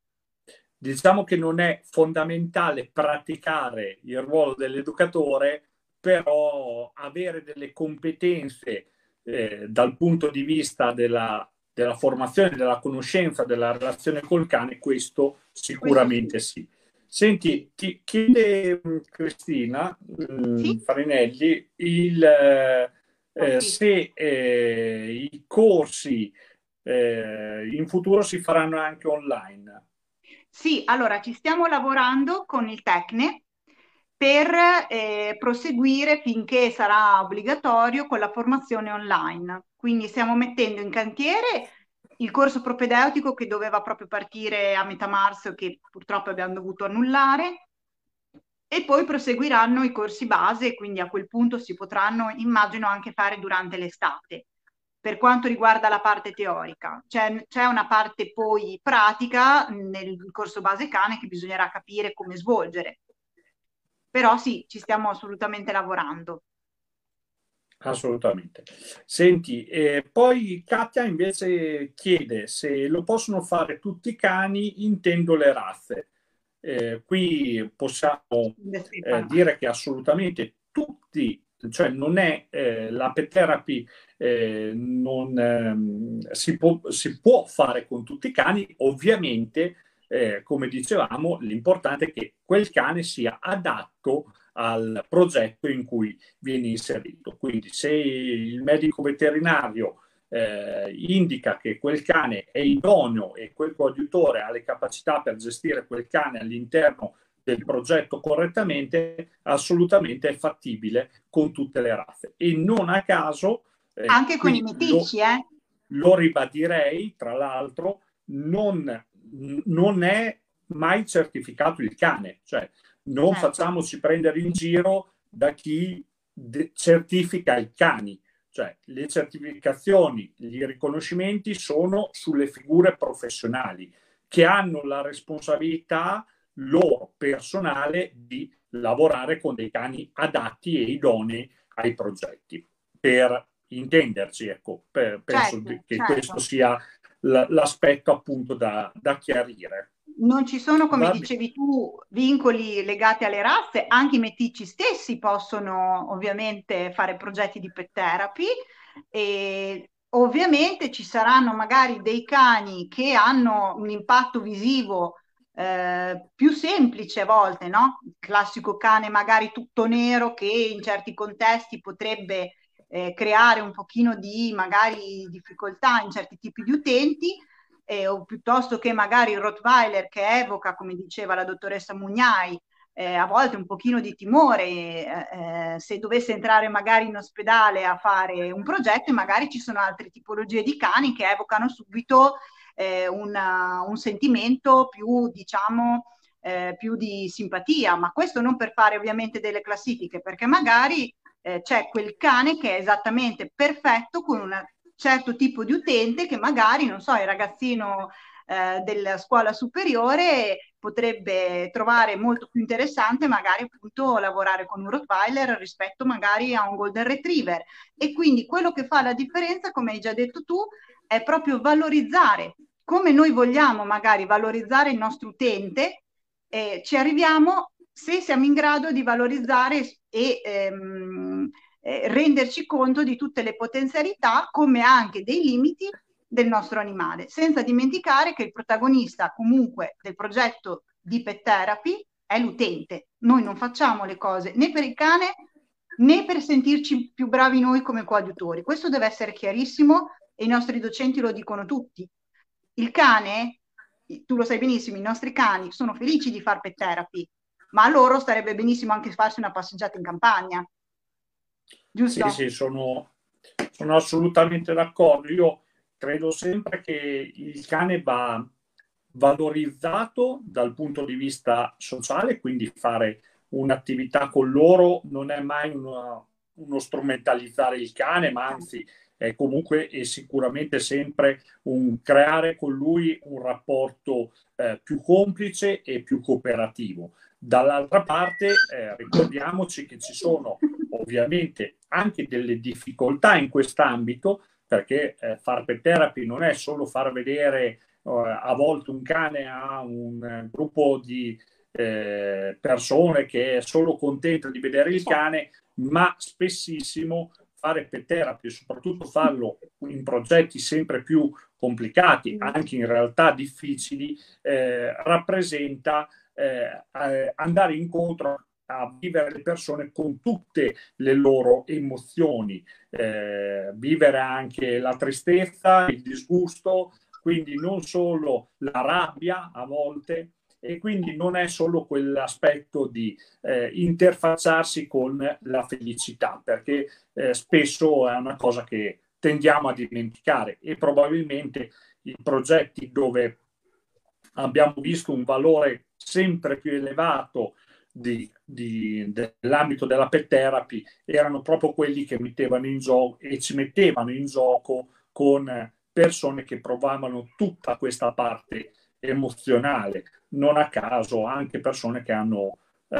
diciamo che non è fondamentale praticare il ruolo dell'educatore, però avere delle competenze eh, dal punto di vista della, della formazione, della conoscenza, della relazione col cane, questo questo sì. sicuramente sì. Sì, Senti, ti chiede mh, Cristina sì, mh, Farinelli il, eh, oh, eh, sì. se eh, i corsi eh, in futuro si faranno anche online. Sì, allora ci stiamo lavorando con il Tecne per eh, proseguire finché sarà obbligatorio con la formazione online. Quindi stiamo mettendo in cantiere il corso propedeutico che doveva proprio partire a metà marzo, che purtroppo abbiamo dovuto annullare, e poi proseguiranno i corsi base, quindi a quel punto si potranno, immagino, anche fare durante l'estate. Per quanto riguarda la parte teorica, c'è, c'è una parte poi pratica nel corso base cane che bisognerà capire come svolgere. Però sì, ci stiamo assolutamente lavorando. Assolutamente. Senti, eh, poi Katia invece chiede se lo possono fare tutti i cani, intendo le razze. Eh, qui possiamo De eh, Stefano. dire che assolutamente tutti, cioè non è eh, la pet therapy, eh, non, ehm, si può, si può fare con tutti i cani, ovviamente, eh, come dicevamo, l'importante è che quel cane sia adatto al progetto in cui viene inserito. Quindi se il medico veterinario eh, indica che quel cane è idoneo e quel coadiutore ha le capacità per gestire quel cane all'interno del progetto correttamente, assolutamente è fattibile con tutte le razze. E non a caso, eh, Anche con i qui lo, meticci, eh? lo ribadirei, tra l'altro, non, non è mai certificato il cane, cioè non Certo. facciamoci prendere in giro da chi certifica i cani, cioè le certificazioni, i riconoscimenti sono sulle figure professionali che hanno la responsabilità loro personale di lavorare con dei cani adatti e idonei ai progetti. Per intenderci, ecco, per, penso Certo, che certo. questo sia l'aspetto appunto da, da chiarire. Non ci sono, come Va dicevi tu, vincoli legati alle razze, anche i meticci stessi possono ovviamente fare progetti di pet therapy e ovviamente ci saranno magari dei cani che hanno un impatto visivo eh, più semplice a volte, no? Il classico cane magari tutto nero che in certi contesti potrebbe eh, creare un pochino di magari difficoltà in certi tipi di utenti eh, o piuttosto che magari il Rottweiler che evoca, come diceva la dottoressa Mugnai, eh, a volte un pochino di timore eh, eh, se dovesse entrare magari in ospedale a fare un progetto e magari ci sono altre tipologie di cani che evocano subito eh, una, un sentimento più, diciamo, eh, più di simpatia, ma questo non per fare ovviamente delle classifiche, perché magari eh, c'è quel cane che è esattamente perfetto con un certo tipo di utente che magari, non so, il ragazzino eh, della scuola superiore potrebbe trovare molto più interessante magari appunto lavorare con un Rottweiler rispetto magari a un Golden Retriever. E quindi quello che fa la differenza, come hai già detto tu, è proprio valorizzare come noi vogliamo magari valorizzare il nostro utente, eh, ci arriviamo se siamo in grado di valorizzare e ehm, eh, renderci conto di tutte le potenzialità come anche dei limiti del nostro animale, senza dimenticare che il protagonista comunque del progetto di pet therapy è l'utente. Noi non facciamo le cose né per il cane né per sentirci più bravi noi come coadiutori. Questo deve essere chiarissimo e i nostri docenti lo dicono tutti. Il cane, tu lo sai benissimo, i nostri cani sono felici di fare pet therapy, ma a loro starebbe benissimo anche farsi una passeggiata in campagna. Giusto? Sì, sì, sono, sono assolutamente d'accordo. Io credo sempre che il cane va valorizzato dal punto di vista sociale, quindi fare un'attività con loro non è mai uno, uno strumentalizzare il cane, ma anzi è comunque e sicuramente sempre un creare con lui un rapporto eh, più complice e più cooperativo. Dall'altra parte eh, ricordiamoci che ci sono ovviamente anche delle difficoltà in quest'ambito, perché eh, far pet therapy non è solo far vedere uh, a volte un cane a un uh, gruppo di eh, persone che è solo contento di vedere il cane, ma spessissimo fare pet therapy, soprattutto farlo in progetti sempre più complicati, anche in realtà difficili, eh, rappresenta eh, andare incontro a vivere le persone con tutte le loro emozioni, eh, vivere anche la tristezza, il disgusto, quindi non solo la rabbia a volte, e quindi non è solo quell'aspetto di eh, interfacciarsi con la felicità, perché eh, spesso è una cosa che tendiamo a dimenticare e probabilmente i progetti dove abbiamo visto un valore sempre più elevato di, di, dell'ambito della pet therapy erano proprio quelli che mettevano in gioco e ci mettevano in gioco con persone che provavano tutta questa parte emozionale, non a caso anche persone che hanno eh,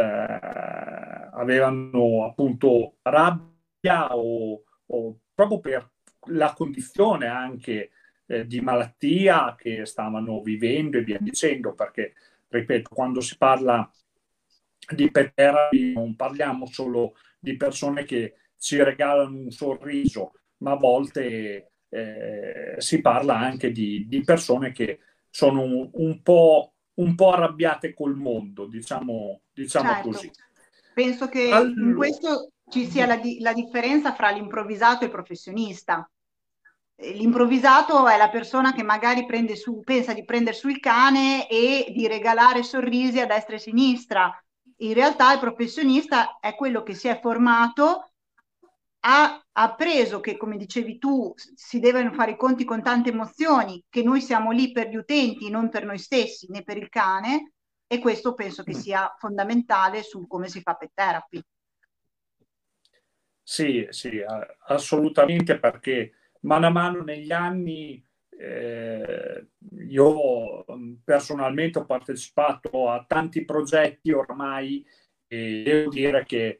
avevano appunto rabbia o, o proprio per la condizione anche eh, di malattia che stavano vivendo e via dicendo, perché ripeto, quando si parla di pet therapy non parliamo solo di persone che ci regalano un sorriso, ma a volte eh, si parla anche di, di persone che sono un, un, po', un po' arrabbiate col mondo, diciamo, diciamo Certo. così. Penso che in Allora, questo ci sia la, di- la differenza fra l'improvvisato e il professionista. Eh, L'improvvisato è la persona che magari prende su, pensa di prendere sul cane e di regalare sorrisi a destra e a sinistra. In realtà il professionista è quello che si è formato, ha appreso che, come dicevi tu, s- si devono fare i conti con tante emozioni, che noi siamo lì per gli utenti, non per noi stessi, né per il cane, e questo penso che sia fondamentale su come si fa pet therapy. Sì, sì, assolutamente, perché mano a mano negli anni eh, io personalmente ho partecipato a tanti progetti ormai e devo dire che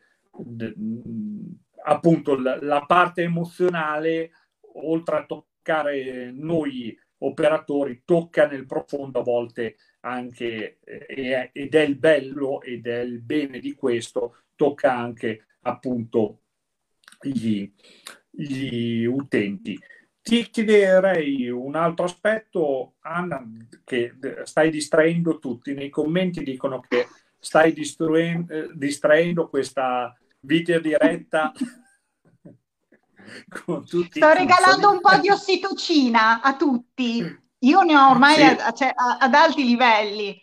appunto la, la parte emozionale, oltre a toccare noi operatori, tocca nel profondo a volte anche, eh, ed è il bello ed è il bene di questo, tocca anche appunto gli, gli utenti. Ti chiederei un altro aspetto, Anna, che stai distraendo tutti. Nei commenti dicono che stai distraendo, distraendo questa video diretta con tutti i Sto regalando cuccioli. un po' di ossitocina a tutti. Io ne ho ormai a- Sì. a- cioè, a- ad alti livelli.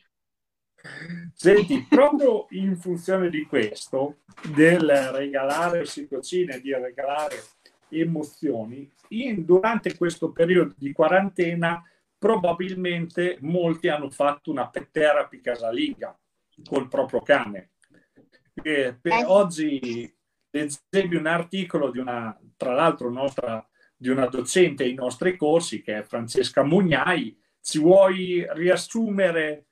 Senti, proprio in funzione di questo, del regalare ossitocina, di regalare emozioni, in, durante questo periodo di quarantena probabilmente molti hanno fatto una pet therapy casalinga col proprio cane. E per Eh, oggi leggevi un articolo di una, tra l'altro nostra, di una docente ai nostri corsi, che è Francesca Mugnai. Ci vuoi riassumere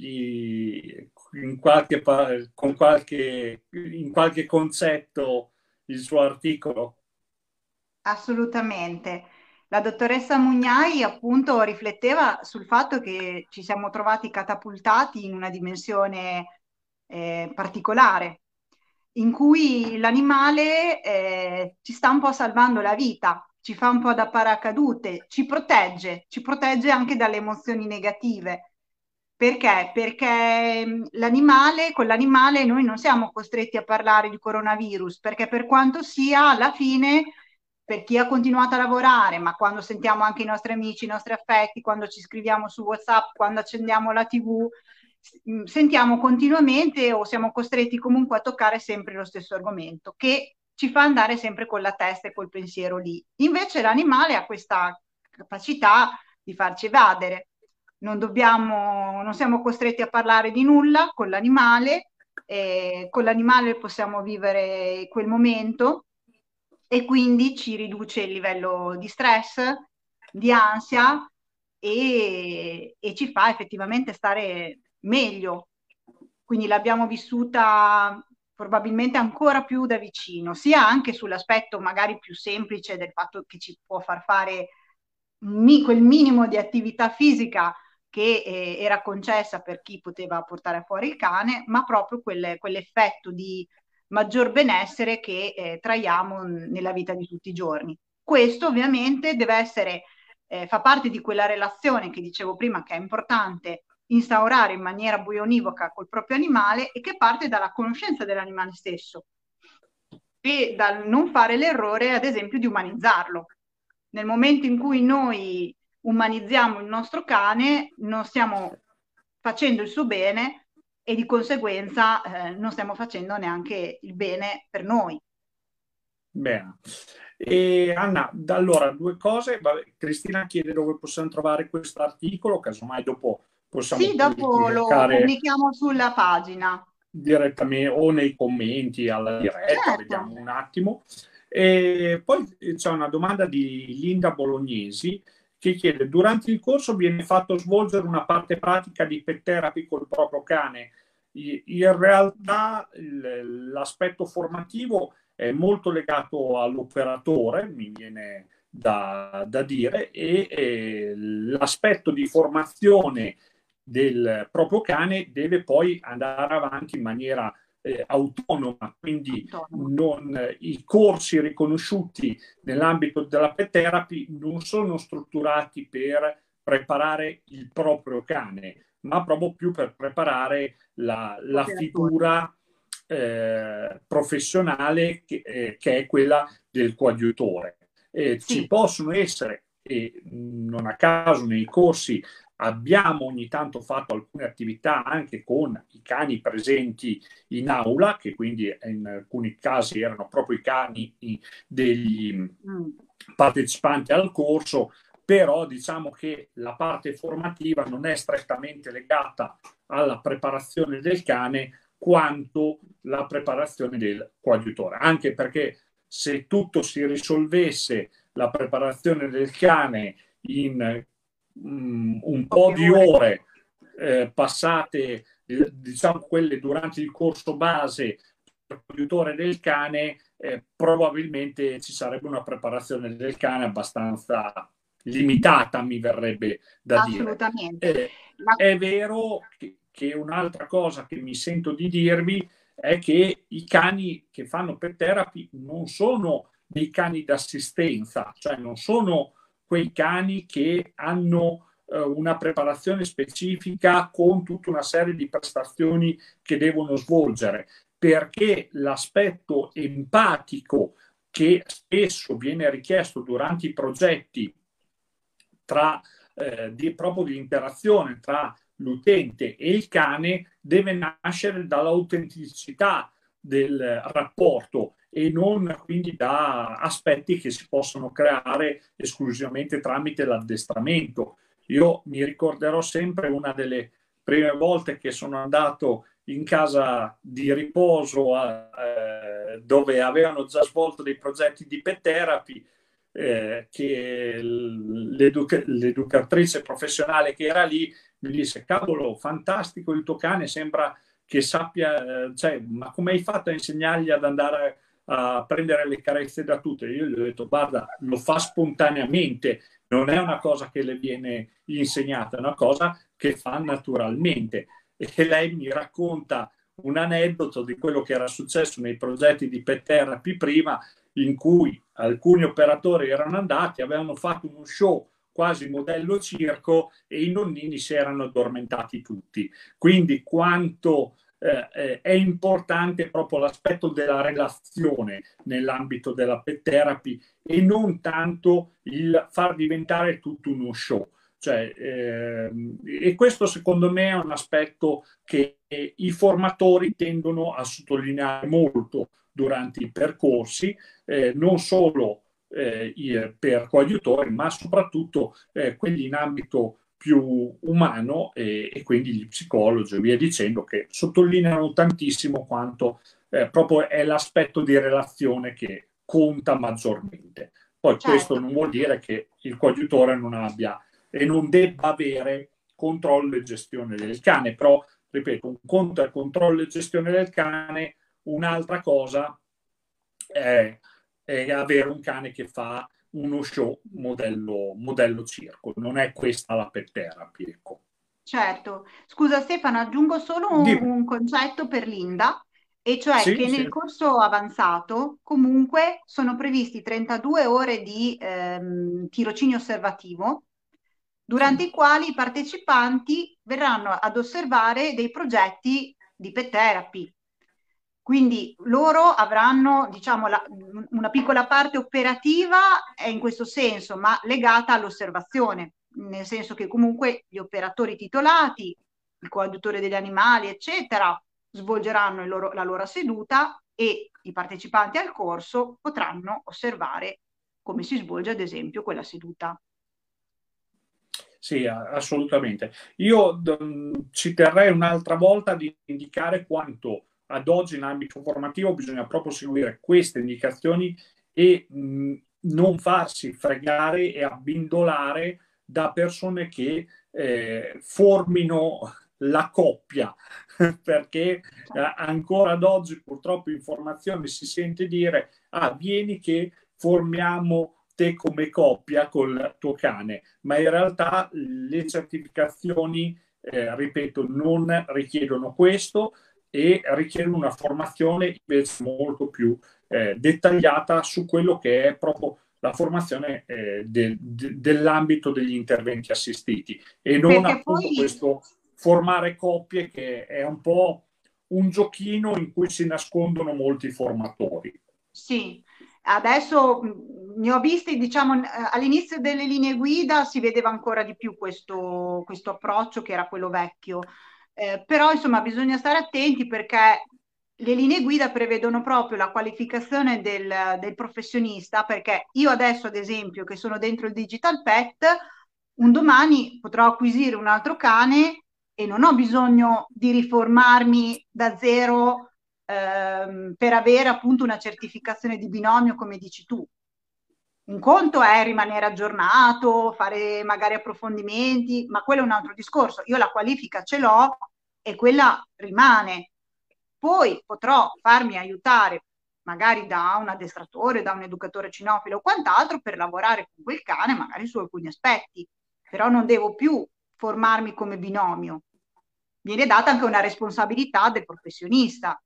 i, in qualche, con qualche, in qualche concetto il suo articolo? Assolutamente. La dottoressa Mugnai appunto rifletteva sul fatto che ci siamo trovati catapultati in una dimensione eh, particolare, in cui l'animale eh, ci sta un po' salvando la vita, ci fa un po' da paracadute, ci protegge, ci protegge anche dalle emozioni negative. Perché? Perché mh, l'animale, con l'animale noi non siamo costretti a parlare di coronavirus, perché per quanto sia, alla fine, per chi ha continuato a lavorare, ma quando sentiamo anche i nostri amici, i nostri affetti, quando ci scriviamo su WhatsApp, quando accendiamo la T V, s- sentiamo continuamente o siamo costretti comunque a toccare sempre lo stesso argomento, che ci fa andare sempre con la testa e col pensiero lì. Invece l'animale ha questa capacità di farci evadere. Non dobbiamo, non siamo costretti a parlare di nulla con l'animale, eh, con l'animale possiamo vivere quel momento e quindi ci riduce il livello di stress, di ansia e, e ci fa effettivamente stare meglio. Quindi l'abbiamo vissuta probabilmente ancora più da vicino, sia anche sull'aspetto magari più semplice del fatto che ci può far fare mi- quel minimo di attività fisica che eh, era concessa per chi poteva portare fuori il cane, ma proprio quel- quell'effetto di maggior benessere che eh, traiamo nella vita di tutti i giorni. Questo ovviamente deve essere, eh, fa parte di quella relazione che dicevo prima che è importante instaurare in maniera buonivoca col proprio animale e che parte dalla conoscenza dell'animale stesso e dal non fare l'errore, ad esempio, di umanizzarlo. Nel momento in cui noi umanizziamo il nostro cane, non stiamo facendo il suo bene e di conseguenza eh, non stiamo facendo neanche il bene per noi. Bene. E Anna, allora due cose. Vabbè, Cristina chiede dove possiamo trovare questo articolo, casomai dopo possiamo Sì, dopo lo pubblicare pubblichiamo sulla pagina. direttamente o nei commenti alla diretta, Certo. vediamo un attimo. E poi c'è una domanda di Linda Bolognesi che chiede: durante il corso viene fatto svolgere una parte pratica di pet therapy col proprio cane. In realtà l'aspetto formativo è molto legato all'operatore, mi viene da, da dire, e, e l'aspetto di formazione del proprio cane deve poi andare avanti in maniera eh, autonoma, quindi Autonomo. non, i corsi riconosciuti nell'ambito della pet therapy non sono strutturati per preparare il proprio cane, ma proprio più per preparare la, la Operatore. figura eh, professionale che, eh, che è quella del coadiutore. Eh, ci Sì, possono essere, e non a caso nei corsi abbiamo ogni tanto fatto alcune attività anche con i cani presenti in aula, che quindi in alcuni casi erano proprio i cani degli mm, partecipanti al corso, però diciamo che la parte formativa non è strettamente legata alla preparazione del cane quanto la preparazione del coadiutore, anche perché se tutto si risolvesse, la preparazione del cane in um, un po' di ore eh, passate, eh, diciamo quelle durante il corso base per conduttore del cane, eh, probabilmente ci sarebbe una preparazione del cane abbastanza limitata, mi verrebbe da dire. Assolutamente. Eh, La- è vero che, che un'altra cosa che mi sento di dirvi è che i cani che fanno pet therapy non sono dei cani d'assistenza, cioè non sono quei cani che hanno eh, una preparazione specifica con tutta una serie di prestazioni che devono svolgere, perché l'aspetto empatico che spesso viene richiesto durante i progetti tra eh, di, proprio di interazione tra l'utente e il cane deve nascere dall'autenticità del rapporto e non quindi da aspetti che si possono creare esclusivamente tramite l'addestramento. Io mi ricorderò sempre una delle prime volte che sono andato in casa di riposo eh, dove avevano già svolto dei progetti di pet therapy, eh, che l'educa- l'educatrice professionale che era lì mi disse: cavolo, fantastico il tuo cane, sembra che sappia, eh, cioè, ma come hai fatto a insegnargli ad andare a prendere le carezze da tutte? Io gli ho detto: guarda, lo fa spontaneamente, non è una cosa che le viene insegnata, è una cosa che fa naturalmente. E lei mi racconta un aneddoto di quello che era successo nei progetti di pet therapy prima, in cui alcuni operatori erano andati, avevano fatto uno show quasi modello circo e i nonnini si erano addormentati tutti. Quindi quanto eh, è importante proprio l'aspetto della relazione nell'ambito della pet therapy e non tanto il far diventare tutto uno show. Cioè, eh, e questo secondo me è un aspetto che i formatori tendono a sottolineare molto durante i percorsi, eh, non solo eh, per coadiutori, ma soprattutto eh, quelli in ambito più umano e, e, quindi gli psicologi e via dicendo, che sottolineano tantissimo quanto eh, proprio è l'aspetto di relazione che conta maggiormente. Poi questo certo. non vuol dire che il coadiutore non abbia e non debba avere controllo e gestione del cane, però ripeto, un conto è controllo e gestione del cane, un'altra cosa è, è avere un cane che fa uno show modello, modello circo, non è questa la pet therapy, ecco. Certo, scusa Stefano, aggiungo solo un, Dimmi. un concetto per Linda, e cioè Sì, che sì, nel corso avanzato comunque sono previsti trentadue ore di ehm, tirocinio osservativo, sì. durante i quali i partecipanti verranno ad osservare dei progetti di pet therapy. Quindi loro avranno, diciamo, la- una piccola parte operativa è in questo senso, ma legata all'osservazione, nel senso che comunque gli operatori titolati, il coadiutore degli animali, eccetera, svolgeranno il loro- la loro seduta e i partecipanti al corso potranno osservare come si svolge, ad esempio, quella seduta. Sì, assolutamente. Io mh, ci terrei un'altra volta di indicare quanto ad oggi in ambito formativo bisogna proprio seguire queste indicazioni e mh, non farsi fregare e abbindolare da persone che eh, formino la coppia, perché eh, ancora ad oggi purtroppo in formazione si sente dire: ah, vieni che formiamo te come coppia col tuo cane, ma in realtà le certificazioni, eh, ripeto, non richiedono questo e richiedono una formazione invece molto più eh, dettagliata su quello che è proprio la formazione eh, de, de, dell'ambito degli interventi assistiti e non Perché appunto poi questo formare coppie che è un po' un giochino in cui si nascondono molti formatori. sì, adesso mh, ne ho visti, diciamo, n- eh, all'inizio delle linee guida si vedeva ancora di più questo, questo approccio che era quello vecchio. Eh, però insomma bisogna stare attenti perché le linee guida prevedono proprio la qualificazione del, del professionista, perché io adesso, ad esempio, che sono dentro il Digital Pet, un domani potrò acquisire un altro cane e non ho bisogno di riformarmi da zero ehm, per avere appunto una certificazione di binomio, come dici tu. Un conto è rimanere aggiornato, fare magari approfondimenti, ma quello è un altro discorso. Io la qualifica ce l'ho e quella rimane. Poi potrò farmi aiutare magari da un addestratore, da un educatore cinofilo o quant'altro per lavorare con quel cane, magari su alcuni aspetti, però non devo più formarmi come binomio. Viene data anche una responsabilità del professionista.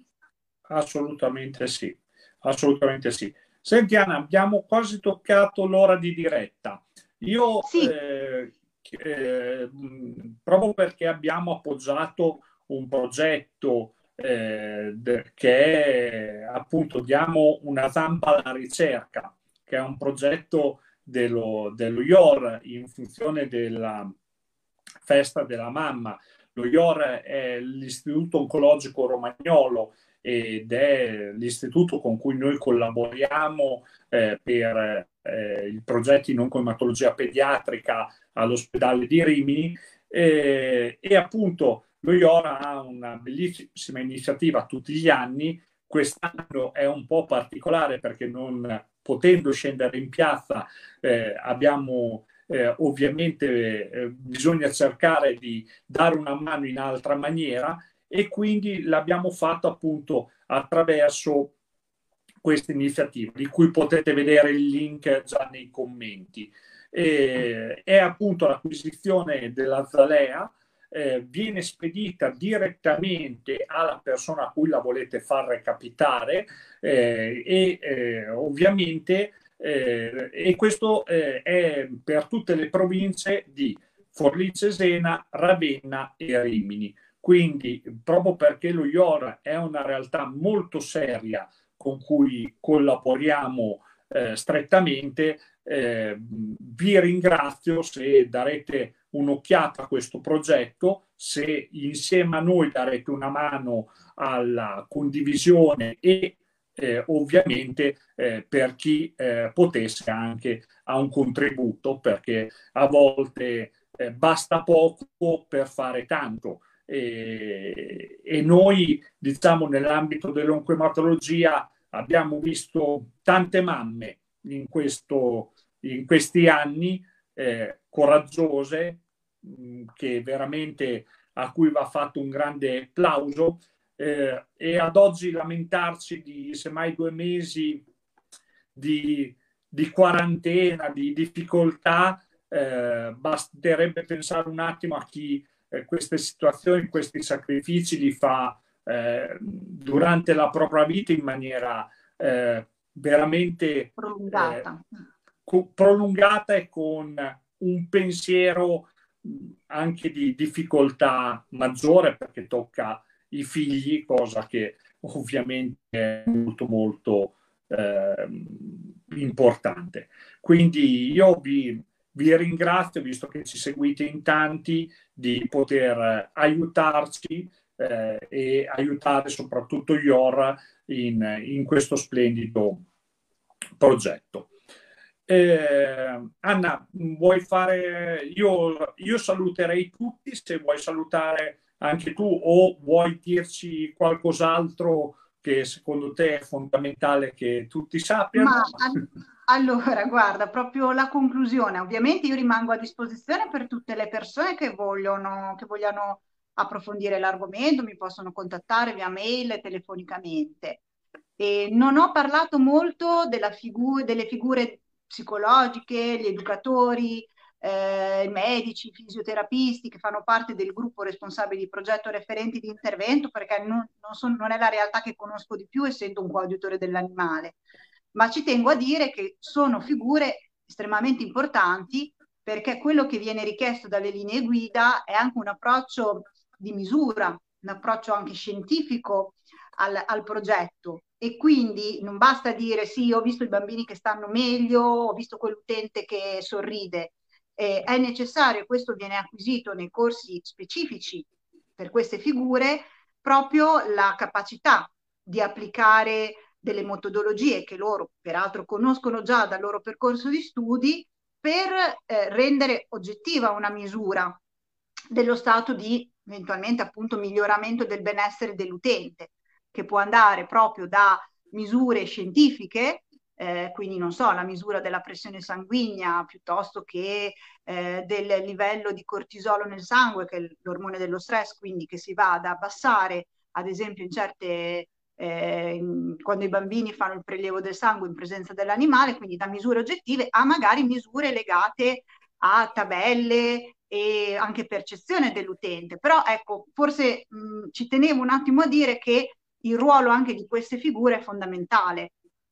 Assolutamente sì, assolutamente sì. Senti Anna, abbiamo quasi toccato l'ora di diretta. Io, Sì, eh, eh, mh, proprio perché abbiamo appoggiato un progetto eh, de- che è appunto diamo una zampa alla ricerca, che è un progetto dello, dello I O R in funzione della festa della mamma. Lo I O R è l'Istituto Oncologico Romagnolo ed è l'istituto con cui noi collaboriamo eh, per eh, i progetti in oncoematologia pediatrica all'ospedale di Rimini eh, e appunto lo I O R ha una bellissima iniziativa tutti gli anni. Quest'anno è un po' particolare perché non potendo scendere in piazza eh, abbiamo eh, ovviamente eh, bisogna cercare di dare una mano in altra maniera e quindi l'abbiamo fatto appunto attraverso questa iniziativa di cui potete vedere il link già nei commenti. Eh, è appunto l'acquisizione della Zalea, eh, viene spedita direttamente alla persona a cui la volete far recapitare eh, e eh, ovviamente eh, e questo eh, è per tutte le province di Forlì Cesena, Ravenna e Rimini. Quindi, proprio perché lo I O R è una realtà molto seria con cui collaboriamo eh, strettamente, eh, vi ringrazio se darete un'occhiata a questo progetto, se insieme a noi darete una mano alla condivisione e eh, ovviamente eh, per chi eh, potesse anche a un contributo, perché a volte eh, basta poco per fare tanto. E, e noi, diciamo, nell'ambito dell'oncoematologia abbiamo visto tante mamme in, questo, in questi anni eh, coraggiose, mh, che veramente a cui va fatto un grande plauso eh, e ad oggi lamentarci di semmai due mesi di, di quarantena, di difficoltà, eh, basterebbe pensare un attimo a chi eh, queste situazioni, questi sacrifici li fa eh, durante la propria vita in maniera eh, veramente eh, prolungata. prolungata e con un pensiero anche di difficoltà maggiore perché tocca i figli, cosa che ovviamente è molto molto eh, importante. Quindi io vi, vi ringrazio, visto che ci seguite in tanti, di poter aiutarci eh, e aiutare soprattutto gli O R in, in questo splendido progetto. Eh, Anna, vuoi fare? Io, io saluterei tutti, se vuoi salutare anche tu o vuoi dirci qualcos'altro che secondo te è fondamentale che tutti Ma sappiano. al- allora, guarda, proprio la conclusione. Ovviamente io rimango a disposizione per tutte le persone che vogliono, che vogliano approfondire l'argomento, mi possono contattare via mail e telefonicamente. E non ho parlato molto della figu- delle figure psicologiche, gli educatori, eh, i medici, i fisioterapisti che fanno parte del gruppo responsabile di progetto referenti di intervento, perché non, non son- non è la realtà che conosco di più, essendo un coadiutore dell'animale. Ma ci tengo a dire che sono figure estremamente importanti perché quello che viene richiesto dalle linee guida è anche un approccio di misura, un approccio anche scientifico al, al progetto e quindi non basta dire sì, ho visto i bambini che stanno meglio, ho visto quell'utente che sorride. Eh, è necessario, questo viene acquisito nei corsi specifici per queste figure, proprio la capacità di applicare delle metodologie che loro peraltro conoscono già dal loro percorso di studi per eh, rendere oggettiva una misura dello stato di eventualmente appunto miglioramento del benessere dell'utente. che può andare proprio da misure scientifiche, eh, quindi non so, la misura della pressione sanguigna piuttosto che eh, del livello di cortisolo nel sangue, che è l'ormone dello stress, quindi che si va ad abbassare, ad esempio in certe, eh, in, quando i bambini fanno il prelievo del sangue in presenza dell'animale, quindi da misure oggettive a magari misure legate a tabelle e anche percezione dell'utente. Però ecco, forse mh, ci tenevo un attimo a dire che il ruolo anche di queste figure è fondamentale.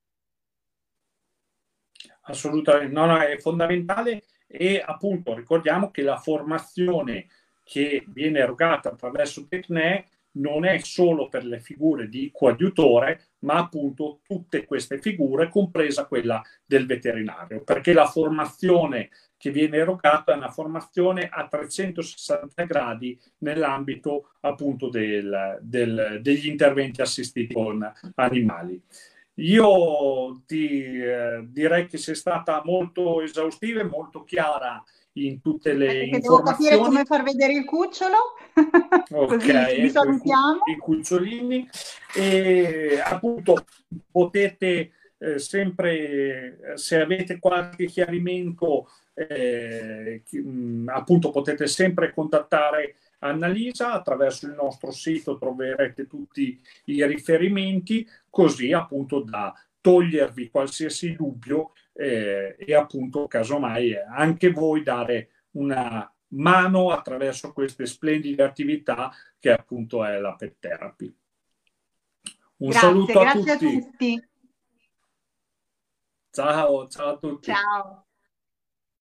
Assolutamente, no, no, è fondamentale e appunto ricordiamo che la formazione che viene erogata attraverso Tecne non è solo per le figure di coadiutore, ma appunto tutte queste figure, compresa quella del veterinario, perché la formazione che viene erogata è una formazione a trecentosessanta gradi nell'ambito appunto del, del, degli interventi assistiti con animali. Io ti eh, direi che sei stata molto esaustiva e molto chiara in tutte le Aspetta che devo capire informazioni. come far vedere il cucciolo, Ok, così ci ecco i, cu- salutiamo. i cucciolini e appunto potete eh, sempre, eh, se avete qualche chiarimento, eh, chi- mh, appunto potete sempre contattare Annalisa attraverso il nostro sito, troverete tutti i riferimenti, così appunto da togliervi qualsiasi dubbio eh, e appunto casomai anche voi dare una mano attraverso queste splendide attività che appunto è la pet therapy. Un Grazie, saluto a grazie a tutti. tutti. Ciao, ciao a tutti. Ciao.